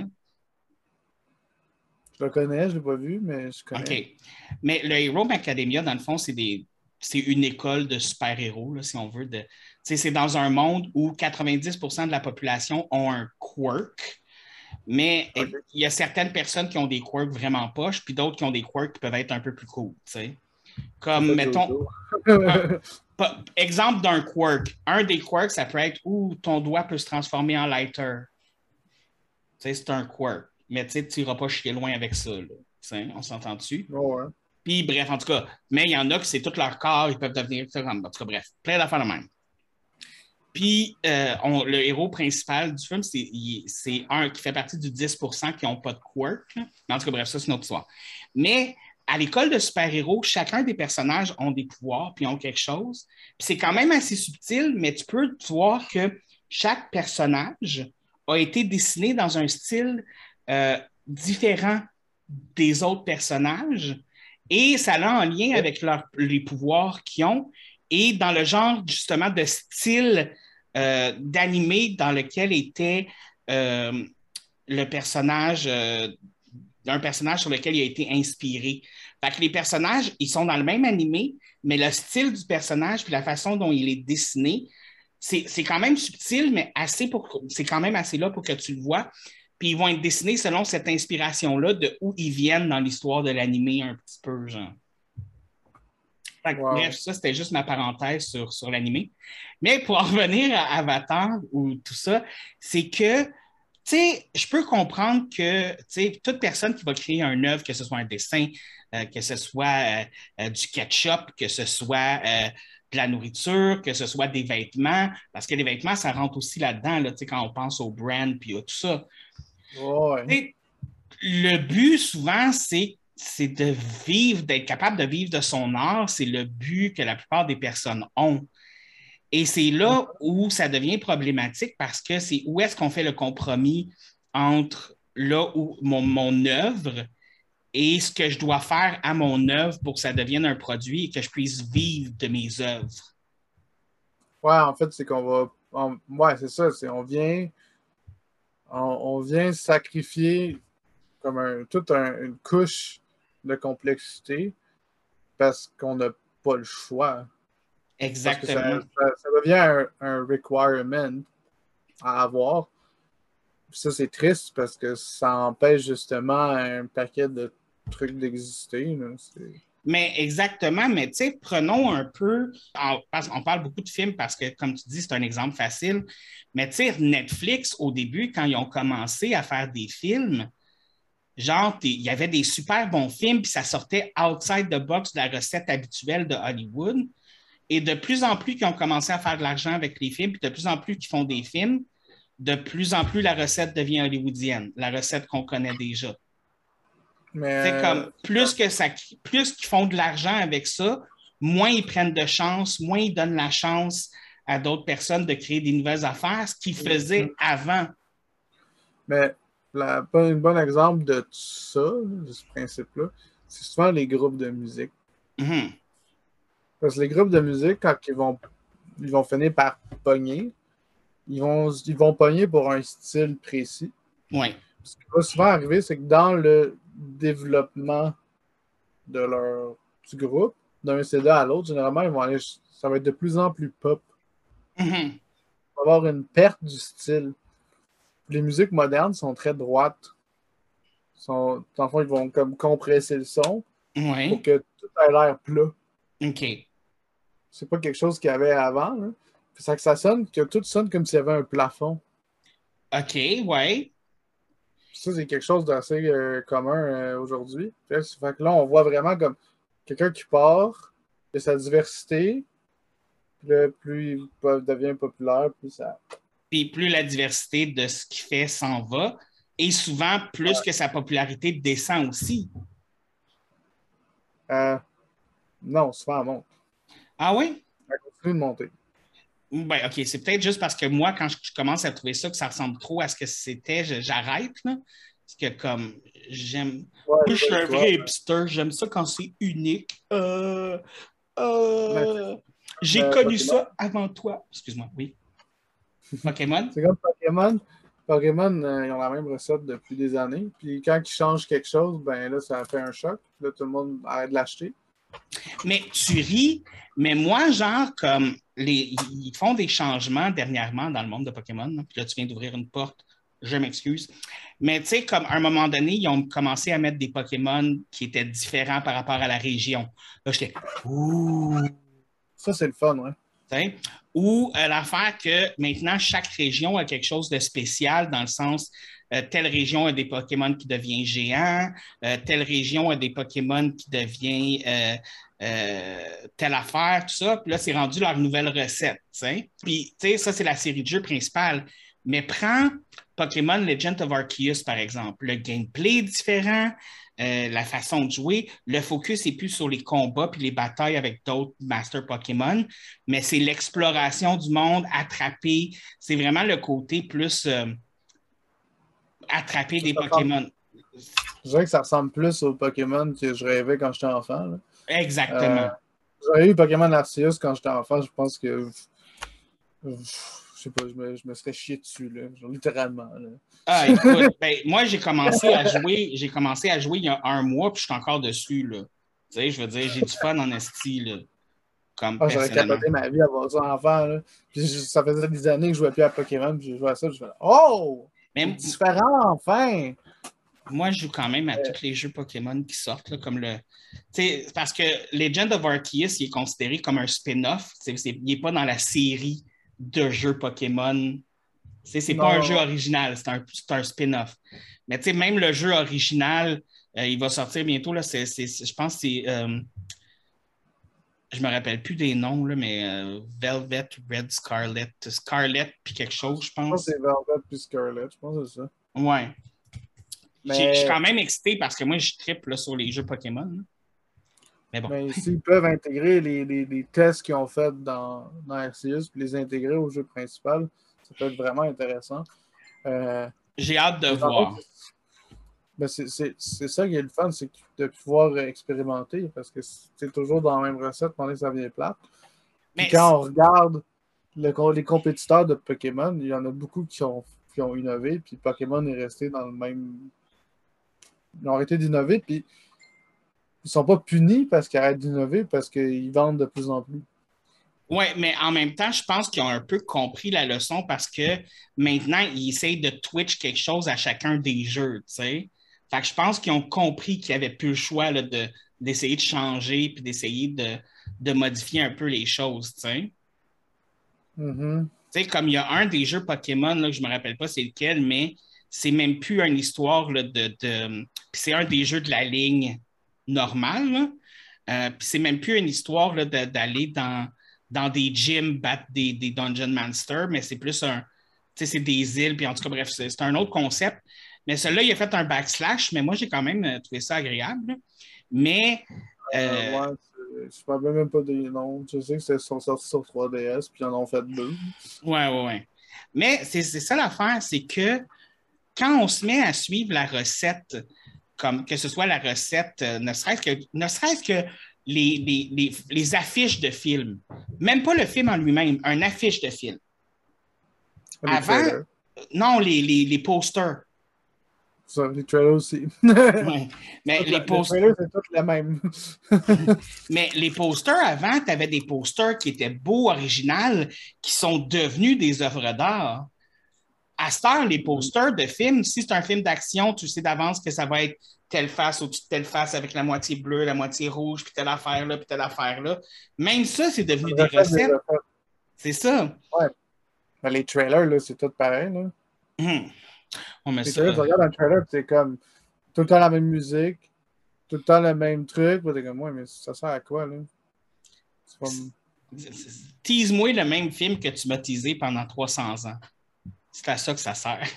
[SPEAKER 4] Je le connais, je ne l'ai pas vu, mais je connais.
[SPEAKER 3] OK. Mais le Hero Academia, dans le fond, c'est des. C'est une école de super-héros, là, si on veut. De... C'est dans un monde où quatre-vingt-dix pour cent de la population ont un quirk, mais il
[SPEAKER 4] OK.
[SPEAKER 3] y a certaines personnes qui ont des quirks vraiment poches, puis d'autres qui ont des quirks qui peuvent être un peu plus cool. T'sais.
[SPEAKER 4] C'est
[SPEAKER 3] Comme,
[SPEAKER 4] ça,
[SPEAKER 3] mettons,
[SPEAKER 4] Jojo.
[SPEAKER 3] un, pa- exemple d'un quirk. Un des quirks, ça peut être où ton doigt peut se transformer en lighter. C'est un quirk. Mais tu n'iras pas chier loin avec ça. Là. On s'entend dessus?
[SPEAKER 4] Ouais.
[SPEAKER 3] Puis bref, en tout cas, mais il y en a qui c'est tout leur corps, ils peuvent devenir. En tout cas, bref, plein d'affaires de même. Puis euh, on, le héros principal du film, c'est, c'est un qui fait partie du dix pour cent qui n'ont pas de quirk. Mais en tout cas, bref, ça, c'est une autre histoire. Mais à l'école de super-héros, chacun des personnages ont des pouvoirs puis ont quelque chose. Puis c'est quand même assez subtil, mais tu peux voir que chaque personnage a été dessiné dans un style euh, différent des autres personnages et ça a un lien avec leur, les pouvoirs qu'ils ont et dans le genre justement de style euh, d'animé dans lequel était euh, le personnage, euh, un personnage sur lequel il a été inspiré. Fait que les personnages, ils sont dans le même animé, mais le style du personnage puis la façon dont il est dessiné, c'est, c'est quand même subtil, mais assez pour, c'est quand même assez là pour que tu le vois. Puis ils vont être dessinés selon cette inspiration-là de où ils viennent dans l'histoire de l'animé un petit peu, genre. Fait que,
[SPEAKER 4] Wow.
[SPEAKER 3] bref, ça, c'était juste ma parenthèse sur, sur l'animé. Mais pour en revenir à Avatar ou tout ça, c'est que, tu sais, je peux comprendre que, tu sais, toute personne qui va créer un œuvre, que ce soit un dessin, euh, que ce soit euh, euh, du ketchup, que ce soit euh, de la nourriture, que ce soit des vêtements, parce que les vêtements, ça rentre aussi là-dedans, là, tu sais, quand on pense au brand puis à tout ça.
[SPEAKER 4] Ouais.
[SPEAKER 3] Tu sais, le but, souvent, c'est c'est de vivre, d'être capable de vivre de son art. C'est le but que la plupart des personnes ont. Et c'est là où ça devient problématique parce que c'est où est-ce qu'on fait le compromis entre là où mon, mon œuvre et ce que je dois faire à mon œuvre pour que ça devienne un produit et que je puisse vivre de mes œuvres.
[SPEAKER 4] Ouais, en fait, c'est qu'on va. On, ouais, c'est ça. C'est, on vient. On, on vient sacrifier comme un, toute un, une couche de complexité parce qu'on n'a pas le choix. Parce que ça,
[SPEAKER 3] Exactement.
[SPEAKER 4] ça, ça devient un, un requirement à avoir. Puis ça, c'est triste parce que ça empêche justement un paquet de trucs d'exister. Là. C'est...
[SPEAKER 3] Mais exactement, mais tu sais, prenons un peu, on, on parle beaucoup de films parce que, comme tu dis, c'est un exemple facile, mais tu sais, Netflix, au début, quand ils ont commencé à faire des films, genre, il y avait des super bons films, puis ça sortait outside the box de la recette habituelle de Hollywood. Et de plus en plus qu'ils ont commencé à faire de l'argent avec les films, puis de plus en plus qu'ils font des films, de plus en plus la recette devient hollywoodienne, la recette qu'on connaît déjà.
[SPEAKER 4] Mais
[SPEAKER 3] C'est comme plus que ça, plus qu'ils font de l'argent avec ça, moins ils prennent de chance, moins ils donnent la chance à d'autres personnes de créer des nouvelles affaires, ce qu'ils faisaient avant.
[SPEAKER 4] Mais la, un bon exemple de ça, de ce principe-là, c'est souvent les groupes de musique.
[SPEAKER 3] Mm-hmm.
[SPEAKER 4] Parce que les groupes de musique, quand ils vont, ils vont finir par pogner, ils vont, ils vont pogner pour un style précis.
[SPEAKER 3] Oui.
[SPEAKER 4] Ce qui va souvent arriver, c'est que dans le développement de leur du groupe, d'un C D à l'autre, généralement, ils vont aller, ça va être de plus en plus pop.
[SPEAKER 3] Mm-hmm.
[SPEAKER 4] Il va y avoir une perte du style. Les musiques modernes sont très droites. Sont, en fait, ils vont comme compresser le son
[SPEAKER 3] Oui.
[SPEAKER 4] pour que tout ait l'air plat.
[SPEAKER 3] OK.
[SPEAKER 4] C'est pas quelque chose qu'il y avait avant. Là. C'est que ça sonne, que tout sonne comme s'il y avait un plafond.
[SPEAKER 3] OK, ouais.
[SPEAKER 4] Ça, c'est quelque chose d'assez euh, commun euh, aujourd'hui. Fait, fait que là, on voit vraiment comme quelqu'un qui part de sa diversité, puis là, plus il devient populaire, plus ça...
[SPEAKER 3] Puis plus la diversité de ce qu'il fait s'en va, et souvent plus ouais. que sa popularité descend aussi.
[SPEAKER 4] Euh, non, souvent elle monte.
[SPEAKER 3] Ah oui?
[SPEAKER 4] Elle continue de monter.
[SPEAKER 3] Ben, OK, c'est peut-être juste parce que moi, quand je commence à trouver ça que ça ressemble trop à ce que c'était, j'arrête, là. Parce que comme, j'aime...
[SPEAKER 4] Ouais,
[SPEAKER 3] moi, je suis un
[SPEAKER 4] toi,
[SPEAKER 3] vrai hipster. J'aime ça quand c'est unique. Euh... Euh... J'ai
[SPEAKER 4] euh,
[SPEAKER 3] connu
[SPEAKER 4] Pokémon.
[SPEAKER 3] ça avant toi. Excuse-moi, oui. Pokémon?
[SPEAKER 4] C'est comme Pokémon. Pokémon, euh, ils ont la même recette depuis des années. Puis quand ils changent quelque chose, ben là, ça fait un choc. Là, tout le monde arrête de l'acheter.
[SPEAKER 3] Mais tu ris, mais moi, genre, comme les, ils font des changements dernièrement dans le monde de Pokémon. Là, puis là, tu viens d'ouvrir une porte. Je m'excuse. Mais tu sais, comme à un moment donné, ils ont commencé à mettre des Pokémon qui étaient différents par rapport à la région. Là, j'étais ouh.
[SPEAKER 4] Ça, c'est le fun, ouais.
[SPEAKER 3] T'sais? Ou euh, l'affaire que maintenant, chaque région a quelque chose de spécial dans le sens, euh, telle région a des Pokémon qui deviennent géants, euh, telle région a des Pokémon qui deviennent euh, euh, telle affaire, tout ça. Puis là, c'est rendu leur nouvelle recette. T'sais? Puis, tu sais, ça, c'est la série de jeux principale. Mais prends Pokémon Legend of Arceus, par exemple. Le gameplay est différent. Euh, la façon de jouer, le focus est plus sur les combats puis les batailles avec d'autres Master Pokémon, mais c'est l'exploration du monde, attraper, c'est vraiment le côté plus euh, attraper des Pokémon.
[SPEAKER 4] Je dirais que ça ressemble plus aux Pokémon que je rêvais quand j'étais enfant. Là.
[SPEAKER 3] Exactement.
[SPEAKER 4] Euh, j'aurais eu Pokémon Arceus quand j'étais enfant, je pense que je sais pas, je me, je me serais chié dessus, là, genre, littéralement. Là.
[SPEAKER 3] Ah, écoute, ben, moi, j'ai commencé à jouer, j'ai commencé à jouer il y a un mois, puis je suis encore dessus, là. Tu sais, je veux dire, j'ai du fun en esti, là. Comme
[SPEAKER 4] ah, j'aurais capoté ma vie à avoir ça enfant, là. Puis ça faisait des années que je jouais plus à Pokémon, puis je jouais à ça, je faisais « Oh! Mais... C'est différent, enfin! »
[SPEAKER 3] Moi, je joue quand même à tous les jeux Pokémon qui sortent, là, comme le. T'sais, parce que Legend of Arceus, il est considéré comme un spin-off. C'est, c'est, il n'est pas dans la série de jeux Pokémon. C'est, c'est pas un jeu original, c'est un, c'est un spin-off. Mais même le jeu original, euh, il va sortir bientôt. Là, c'est, c'est, je pense que c'est. Euh, je me rappelle plus des noms, là, mais euh, Velvet, Red, Scarlet, Scarlet, puis quelque chose, je pense.
[SPEAKER 4] Je pense que c'est Velvet puis Scarlet, je pense que c'est ça.
[SPEAKER 3] Ouais.
[SPEAKER 4] Mais...
[SPEAKER 3] Je suis quand même excité parce que moi, je triple là, sur les jeux Pokémon. Là. Mais bon.
[SPEAKER 4] Mais s'ils peuvent intégrer les, les, les tests qu'ils ont fait dans, dans Arceus puis les intégrer au jeu principal, ça peut être vraiment intéressant. Euh,
[SPEAKER 3] J'ai hâte de voir.
[SPEAKER 4] Fait, ben c'est, c'est, c'est ça qui est le fun, c'est de pouvoir expérimenter parce que c'est toujours dans la même recette, pendant que ça vient plate. Puis quand on regarde le, les compétiteurs de Pokémon, il y en a beaucoup qui ont, qui ont innové, puis Pokémon est resté dans le même. Ils ont arrêté d'innover, puis ils sont pas punis parce qu'ils arrêtent d'innover, parce qu'ils vendent de plus en plus.
[SPEAKER 3] Oui, mais en même temps, je pense qu'ils ont un peu compris la leçon parce que maintenant, ils essayent de Twitch quelque chose à chacun des jeux, tu sais. Fait que je pense qu'ils ont compris qu'il n'y avait plus le choix là, de, d'essayer de changer puis d'essayer de, de modifier un peu les choses, tu sais.
[SPEAKER 4] Mm-hmm.
[SPEAKER 3] Tu sais, comme il y a un des jeux Pokémon, là, que je ne me rappelle pas c'est lequel, mais c'est même plus une histoire là, de... de... Puis c'est un des jeux de la ligne normale, là. Euh, puis c'est même plus une histoire là, de, d'aller dans, dans des gyms battre des, des Dungeon Monsters, mais c'est plus un... Tu sais, c'est des îles, puis en tout cas, bref, c'est, c'est un autre concept. Mais celui-là, il a fait un backslash, mais moi, j'ai quand même euh, trouvé ça agréable. Là. Mais...
[SPEAKER 4] Euh,
[SPEAKER 3] euh,
[SPEAKER 4] ouais, je ne me rappelle même pas des noms. Je sais que c'est sorti sur trois D S, puis ils en ont fait deux.
[SPEAKER 3] Ouais, ouais, ouais. Mais c'est, c'est ça l'affaire, c'est que quand on se met à suivre la recette, comme que ce soit la recette, euh, ne serait-ce que, ne serait-ce que les, les, les, les affiches de films, même pas le film en lui-même, une affiche de film.
[SPEAKER 4] Les
[SPEAKER 3] Avant,
[SPEAKER 4] trailers.
[SPEAKER 3] non, les, les, les posters.
[SPEAKER 4] Ça, les trailers aussi.
[SPEAKER 3] Ouais. Mais les,
[SPEAKER 4] les
[SPEAKER 3] posters,
[SPEAKER 4] trailers, c'est tous les mêmes.
[SPEAKER 3] mais les posters, avant, tu avais des posters qui étaient beaux, originaux, qui sont devenus des œuvres d'art. À cette heure, les posters de films, si c'est un film d'action, tu sais d'avance que ça va être telle face au-dessus de telle face avec la moitié bleue, la moitié rouge, puis telle affaire là, puis telle affaire là. Même ça, c'est devenu des recettes. Des c'est ça.
[SPEAKER 4] Ouais. Mais les trailers, là, c'est tout pareil. Là.
[SPEAKER 3] Hum. On met
[SPEAKER 4] les
[SPEAKER 3] ça.
[SPEAKER 4] trailers, tu regardes un trailer, c'est comme tout le temps la même musique, tout le temps le même truc. T'es comme, ouais, mais ça sert à quoi, là? C'est comme...
[SPEAKER 3] Tease-moi le même film que tu m'as teasé pendant trois cents ans. C'est à ça que ça sert.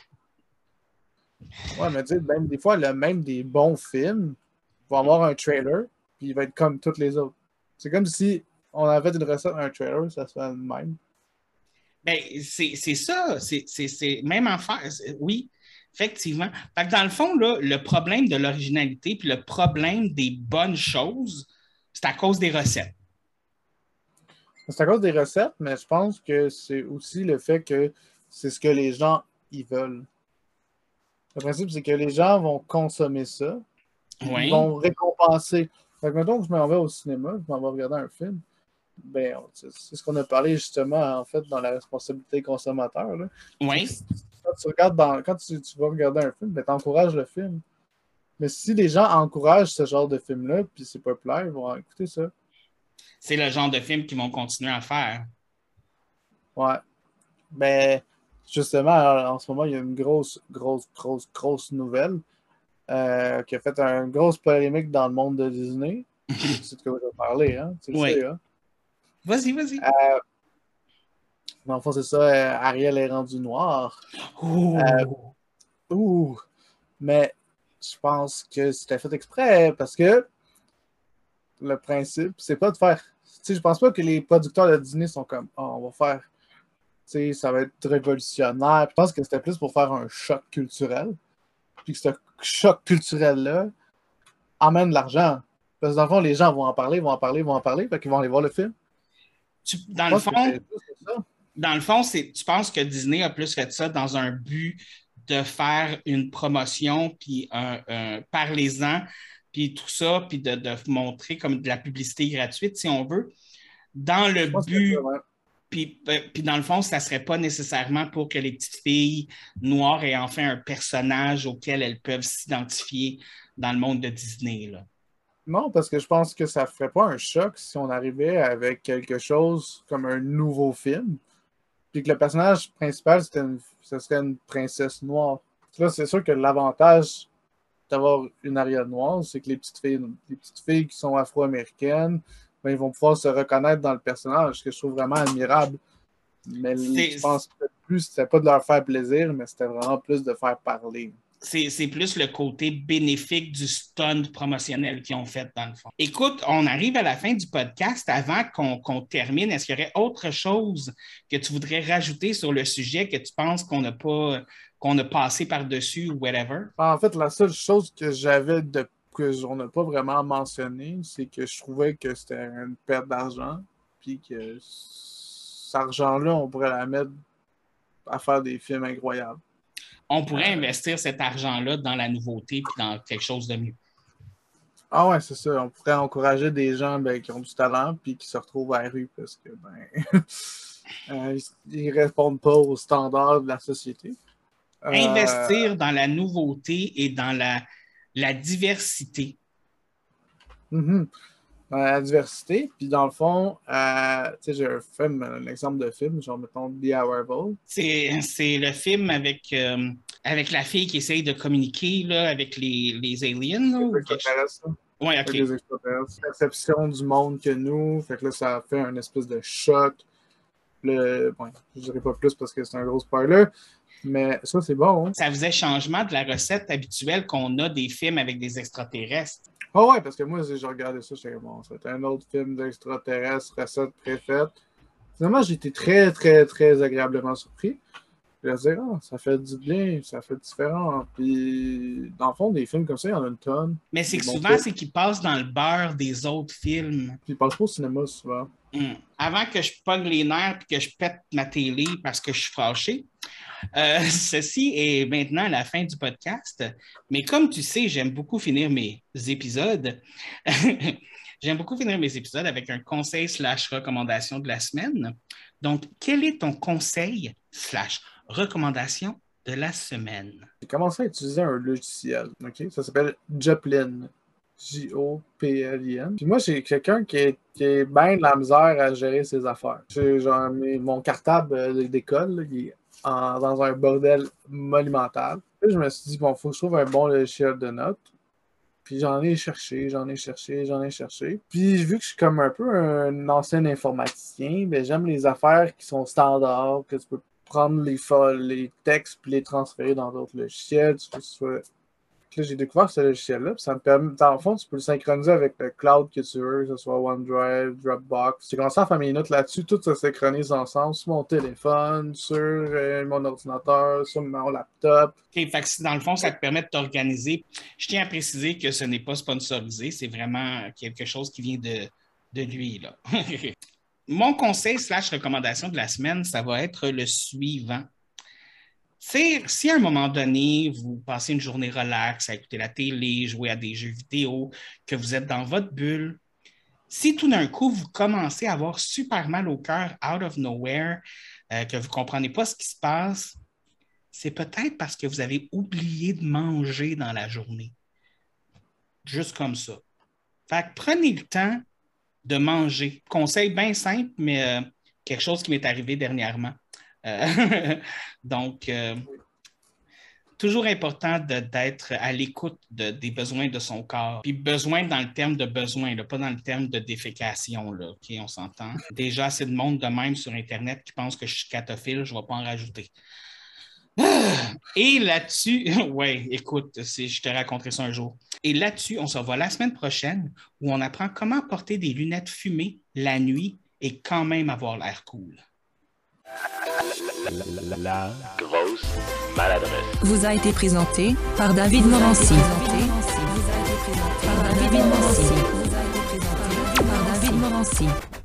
[SPEAKER 4] Ouais, mais tu sais, même des fois, le même des bons films vont avoir un trailer, puis il va être comme tous les autres. C'est comme si on avait une recette un trailer, ça se fait le même.
[SPEAKER 3] Ben, c'est, c'est ça. C'est, c'est, c'est même en faire. Oui, effectivement. Fait que dans le fond, là, le problème de l'originalité puis le problème des bonnes choses, c'est à cause des recettes.
[SPEAKER 4] C'est à cause des recettes, mais je pense que c'est aussi le fait que c'est ce que les gens ils veulent. Le principe, c'est que les gens vont consommer ça.
[SPEAKER 3] Oui.
[SPEAKER 4] Ils vont récompenser. Fait que mettons que je m'en vais au cinéma, je m'en vais regarder un film. Ben, c'est ce qu'on a parlé justement, en fait, dans la responsabilité consommateur. Là.
[SPEAKER 3] Oui.
[SPEAKER 4] Quand tu regardes dans, quand tu, tu vas regarder un film, ben, tu encourages le film. Mais si les gens encouragent ce genre de film-là, puis c'est populaire, ils vont écouter ça.
[SPEAKER 3] C'est le genre de film qu'ils vont continuer à faire.
[SPEAKER 4] Ouais. Ben, justement, alors, en ce moment, il y a une grosse, grosse, grosse, grosse nouvelle euh, qui a fait une grosse polémique dans le monde de Disney. Tu sais de quoi je vais parler, hein? Tu le
[SPEAKER 3] oui.
[SPEAKER 4] sais, hein?
[SPEAKER 3] Vas-y, vas-y.
[SPEAKER 4] Euh, dans le fond, c'est ça, euh, Ariel est rendu noir.
[SPEAKER 3] Ouh.
[SPEAKER 4] Euh, ouh. Mais je pense que c'était fait exprès parce que le principe, c'est pas de faire. Tu sais, je pense pas que les producteurs de Disney sont comme, oh, on va faire. Tu sais, ça va être révolutionnaire. Je pense que c'était plus pour faire un choc culturel. Puis que ce choc culturel-là amène de l'argent. Parce que dans le fond, les gens vont en parler, vont en parler, vont en parler, fait qu'ils vont aller voir le film.
[SPEAKER 3] Tu, dans, le fond, dans le fond, c'est, tu penses que Disney a plus fait ça dans un but de faire une promotion, puis un, un parlez-en, puis tout ça, puis de, de montrer comme de la publicité gratuite, si on veut, dans le but,
[SPEAKER 4] ça, ouais.
[SPEAKER 3] Puis, euh, puis dans le fond, ça ne serait pas nécessairement pour que les petites filles noires aient enfin un personnage auquel elles peuvent s'identifier dans le monde de Disney, là.
[SPEAKER 4] Non, parce que je pense que ça ferait pas un choc si on arrivait avec quelque chose comme un nouveau film, puis que le personnage principal, c'était une, ce serait une princesse noire. Là, c'est sûr que l'avantage d'avoir une Ariel noire, c'est que les petites filles, les petites filles qui sont afro-américaines, ben, ils vont pouvoir se reconnaître dans le personnage, ce que je trouve vraiment admirable. Mais
[SPEAKER 3] C'est-
[SPEAKER 4] je pense que plus, c'était pas de leur faire plaisir, mais c'était vraiment plus de faire parler.
[SPEAKER 3] C'est, c'est plus le côté bénéfique du stunt promotionnel qu'ils ont fait, dans le fond. Écoute, on arrive à la fin du podcast. Avant qu'on, qu'on termine, est-ce qu'il y aurait autre chose que tu voudrais rajouter sur le sujet que tu penses qu'on n'a pas, qu'on a passé par-dessus ou whatever?
[SPEAKER 4] En fait, la seule chose que j'avais de que on n'a pas vraiment mentionné, c'est que je trouvais que c'était une perte d'argent, puis que cet argent-là, on pourrait la mettre à faire des films incroyables.
[SPEAKER 3] On pourrait investir cet argent-là dans la nouveauté puis dans quelque chose de mieux.
[SPEAKER 4] Ah ouais, c'est ça. On pourrait encourager des gens ben, qui ont du talent puis qui se retrouvent à la rue parce que ben euh, ils répondent pas aux standards de la société. Euh,
[SPEAKER 3] Investir dans la nouveauté et dans la, la diversité.
[SPEAKER 4] mm-hmm. Dans la diversité. Puis dans le fond, euh, tu sais, j'ai un film, un exemple de film, genre mettons The Arrival.
[SPEAKER 3] C'est, c'est le film avec, euh, avec la fille qui essaye de communiquer là, avec les, les aliens. Là, ou quelque chose. Oui, OK.
[SPEAKER 4] Des extraterrestres. Perception du monde que nous. Fait que là, ça fait un espèce de choc. Le... Bon, je dirais pas plus parce que c'est un gros spoiler. Mais ça, c'est bon. Hein?
[SPEAKER 3] Ça faisait changement de la recette habituelle qu'on a des films avec des extraterrestres.
[SPEAKER 4] Ah ouais, parce que moi, j'ai regardé ça, j'étais bon, c'était un autre film d'extraterrestres, recette préfaite. Finalement, j'ai été très, très, très agréablement surpris. Je veux dire, ah, ça fait du bien, ça fait différent. Puis, dans le fond, des films comme ça, il y en a une tonne.
[SPEAKER 3] Mais c'est que
[SPEAKER 4] Bon,
[SPEAKER 3] souvent, c'est qu'ils passent dans le beurre des autres films.
[SPEAKER 4] Puis, ils passent pas au cinéma souvent.
[SPEAKER 3] Hum. Avant que je pogne les nerfs et que je pète ma télé parce que je suis fâché, euh, ceci est maintenant la fin du podcast. Mais comme tu sais, j'aime beaucoup finir mes épisodes. J'aime beaucoup finir mes épisodes avec un conseil slash recommandation de la semaine. Donc, quel est ton conseil slash recommandation de la semaine?
[SPEAKER 4] J'ai commencé à utiliser un logiciel, OK? Ça s'appelle Joplin. J O P L I N. Puis moi, j'ai quelqu'un qui est, qui est bien de la misère à gérer ses affaires. J'ai genre mes, mon cartable d'école, là, il est en, dans un bordel monumental. Puis je me suis dit, bon, il faut que je trouve un bon logiciel de notes. Puis j'en ai cherché, j'en ai cherché, j'en ai cherché. Puis vu que je suis comme un peu un ancien informaticien, ben j'aime les affaires qui sont standards, que tu peux prendre les, les textes puis les transférer dans d'autres logiciels. Tu peux soit... Là, j'ai découvert ce logiciel-là, puis ça me permet, dans le fond, tu peux le synchroniser avec le cloud que tu veux, que ce soit OneDrive, Dropbox. J'ai commencé à faire mes minutes là-dessus, tout se synchronise ensemble sur mon téléphone, sur euh, mon ordinateur, sur mon laptop.
[SPEAKER 3] OK, fait que dans le fond, ça te permet de t'organiser. Je tiens à préciser que ce n'est pas sponsorisé, c'est vraiment quelque chose qui vient de, de lui, là. Mon conseil slash recommandation de la semaine, ça va être le suivant. C'est, si à un moment donné, vous passez une journée relax à écouter la télé, jouer à des jeux vidéo, que vous êtes dans votre bulle, si tout d'un coup, vous commencez à avoir super mal au cœur, out of nowhere, euh, que vous ne comprenez pas ce qui se passe, c'est peut-être parce que vous avez oublié de manger dans la journée. Juste comme ça. Fait que prenez le temps de manger. Conseil bien simple, mais euh, quelque chose qui m'est arrivé dernièrement. Euh, donc, euh, toujours important de, d'être à l'écoute de, des besoins de son corps. Puis besoin dans le terme de besoin, là, pas dans le terme de défécation. Là, OK, on s'entend. Déjà, assez de monde de même sur Internet qui pense que je suis scatophile, je ne vais pas en rajouter. Et là-dessus, ouais, écoute, c'est, je te raconterai ça un jour. Et là-dessus, on se revoit la semaine prochaine où on apprend comment porter des lunettes fumées la nuit et quand même avoir l'air cool.
[SPEAKER 1] La, la, la, la grosse maladresse.
[SPEAKER 5] Vous a été présenté par David Morancy. Par David Morancy. Par David Morancy.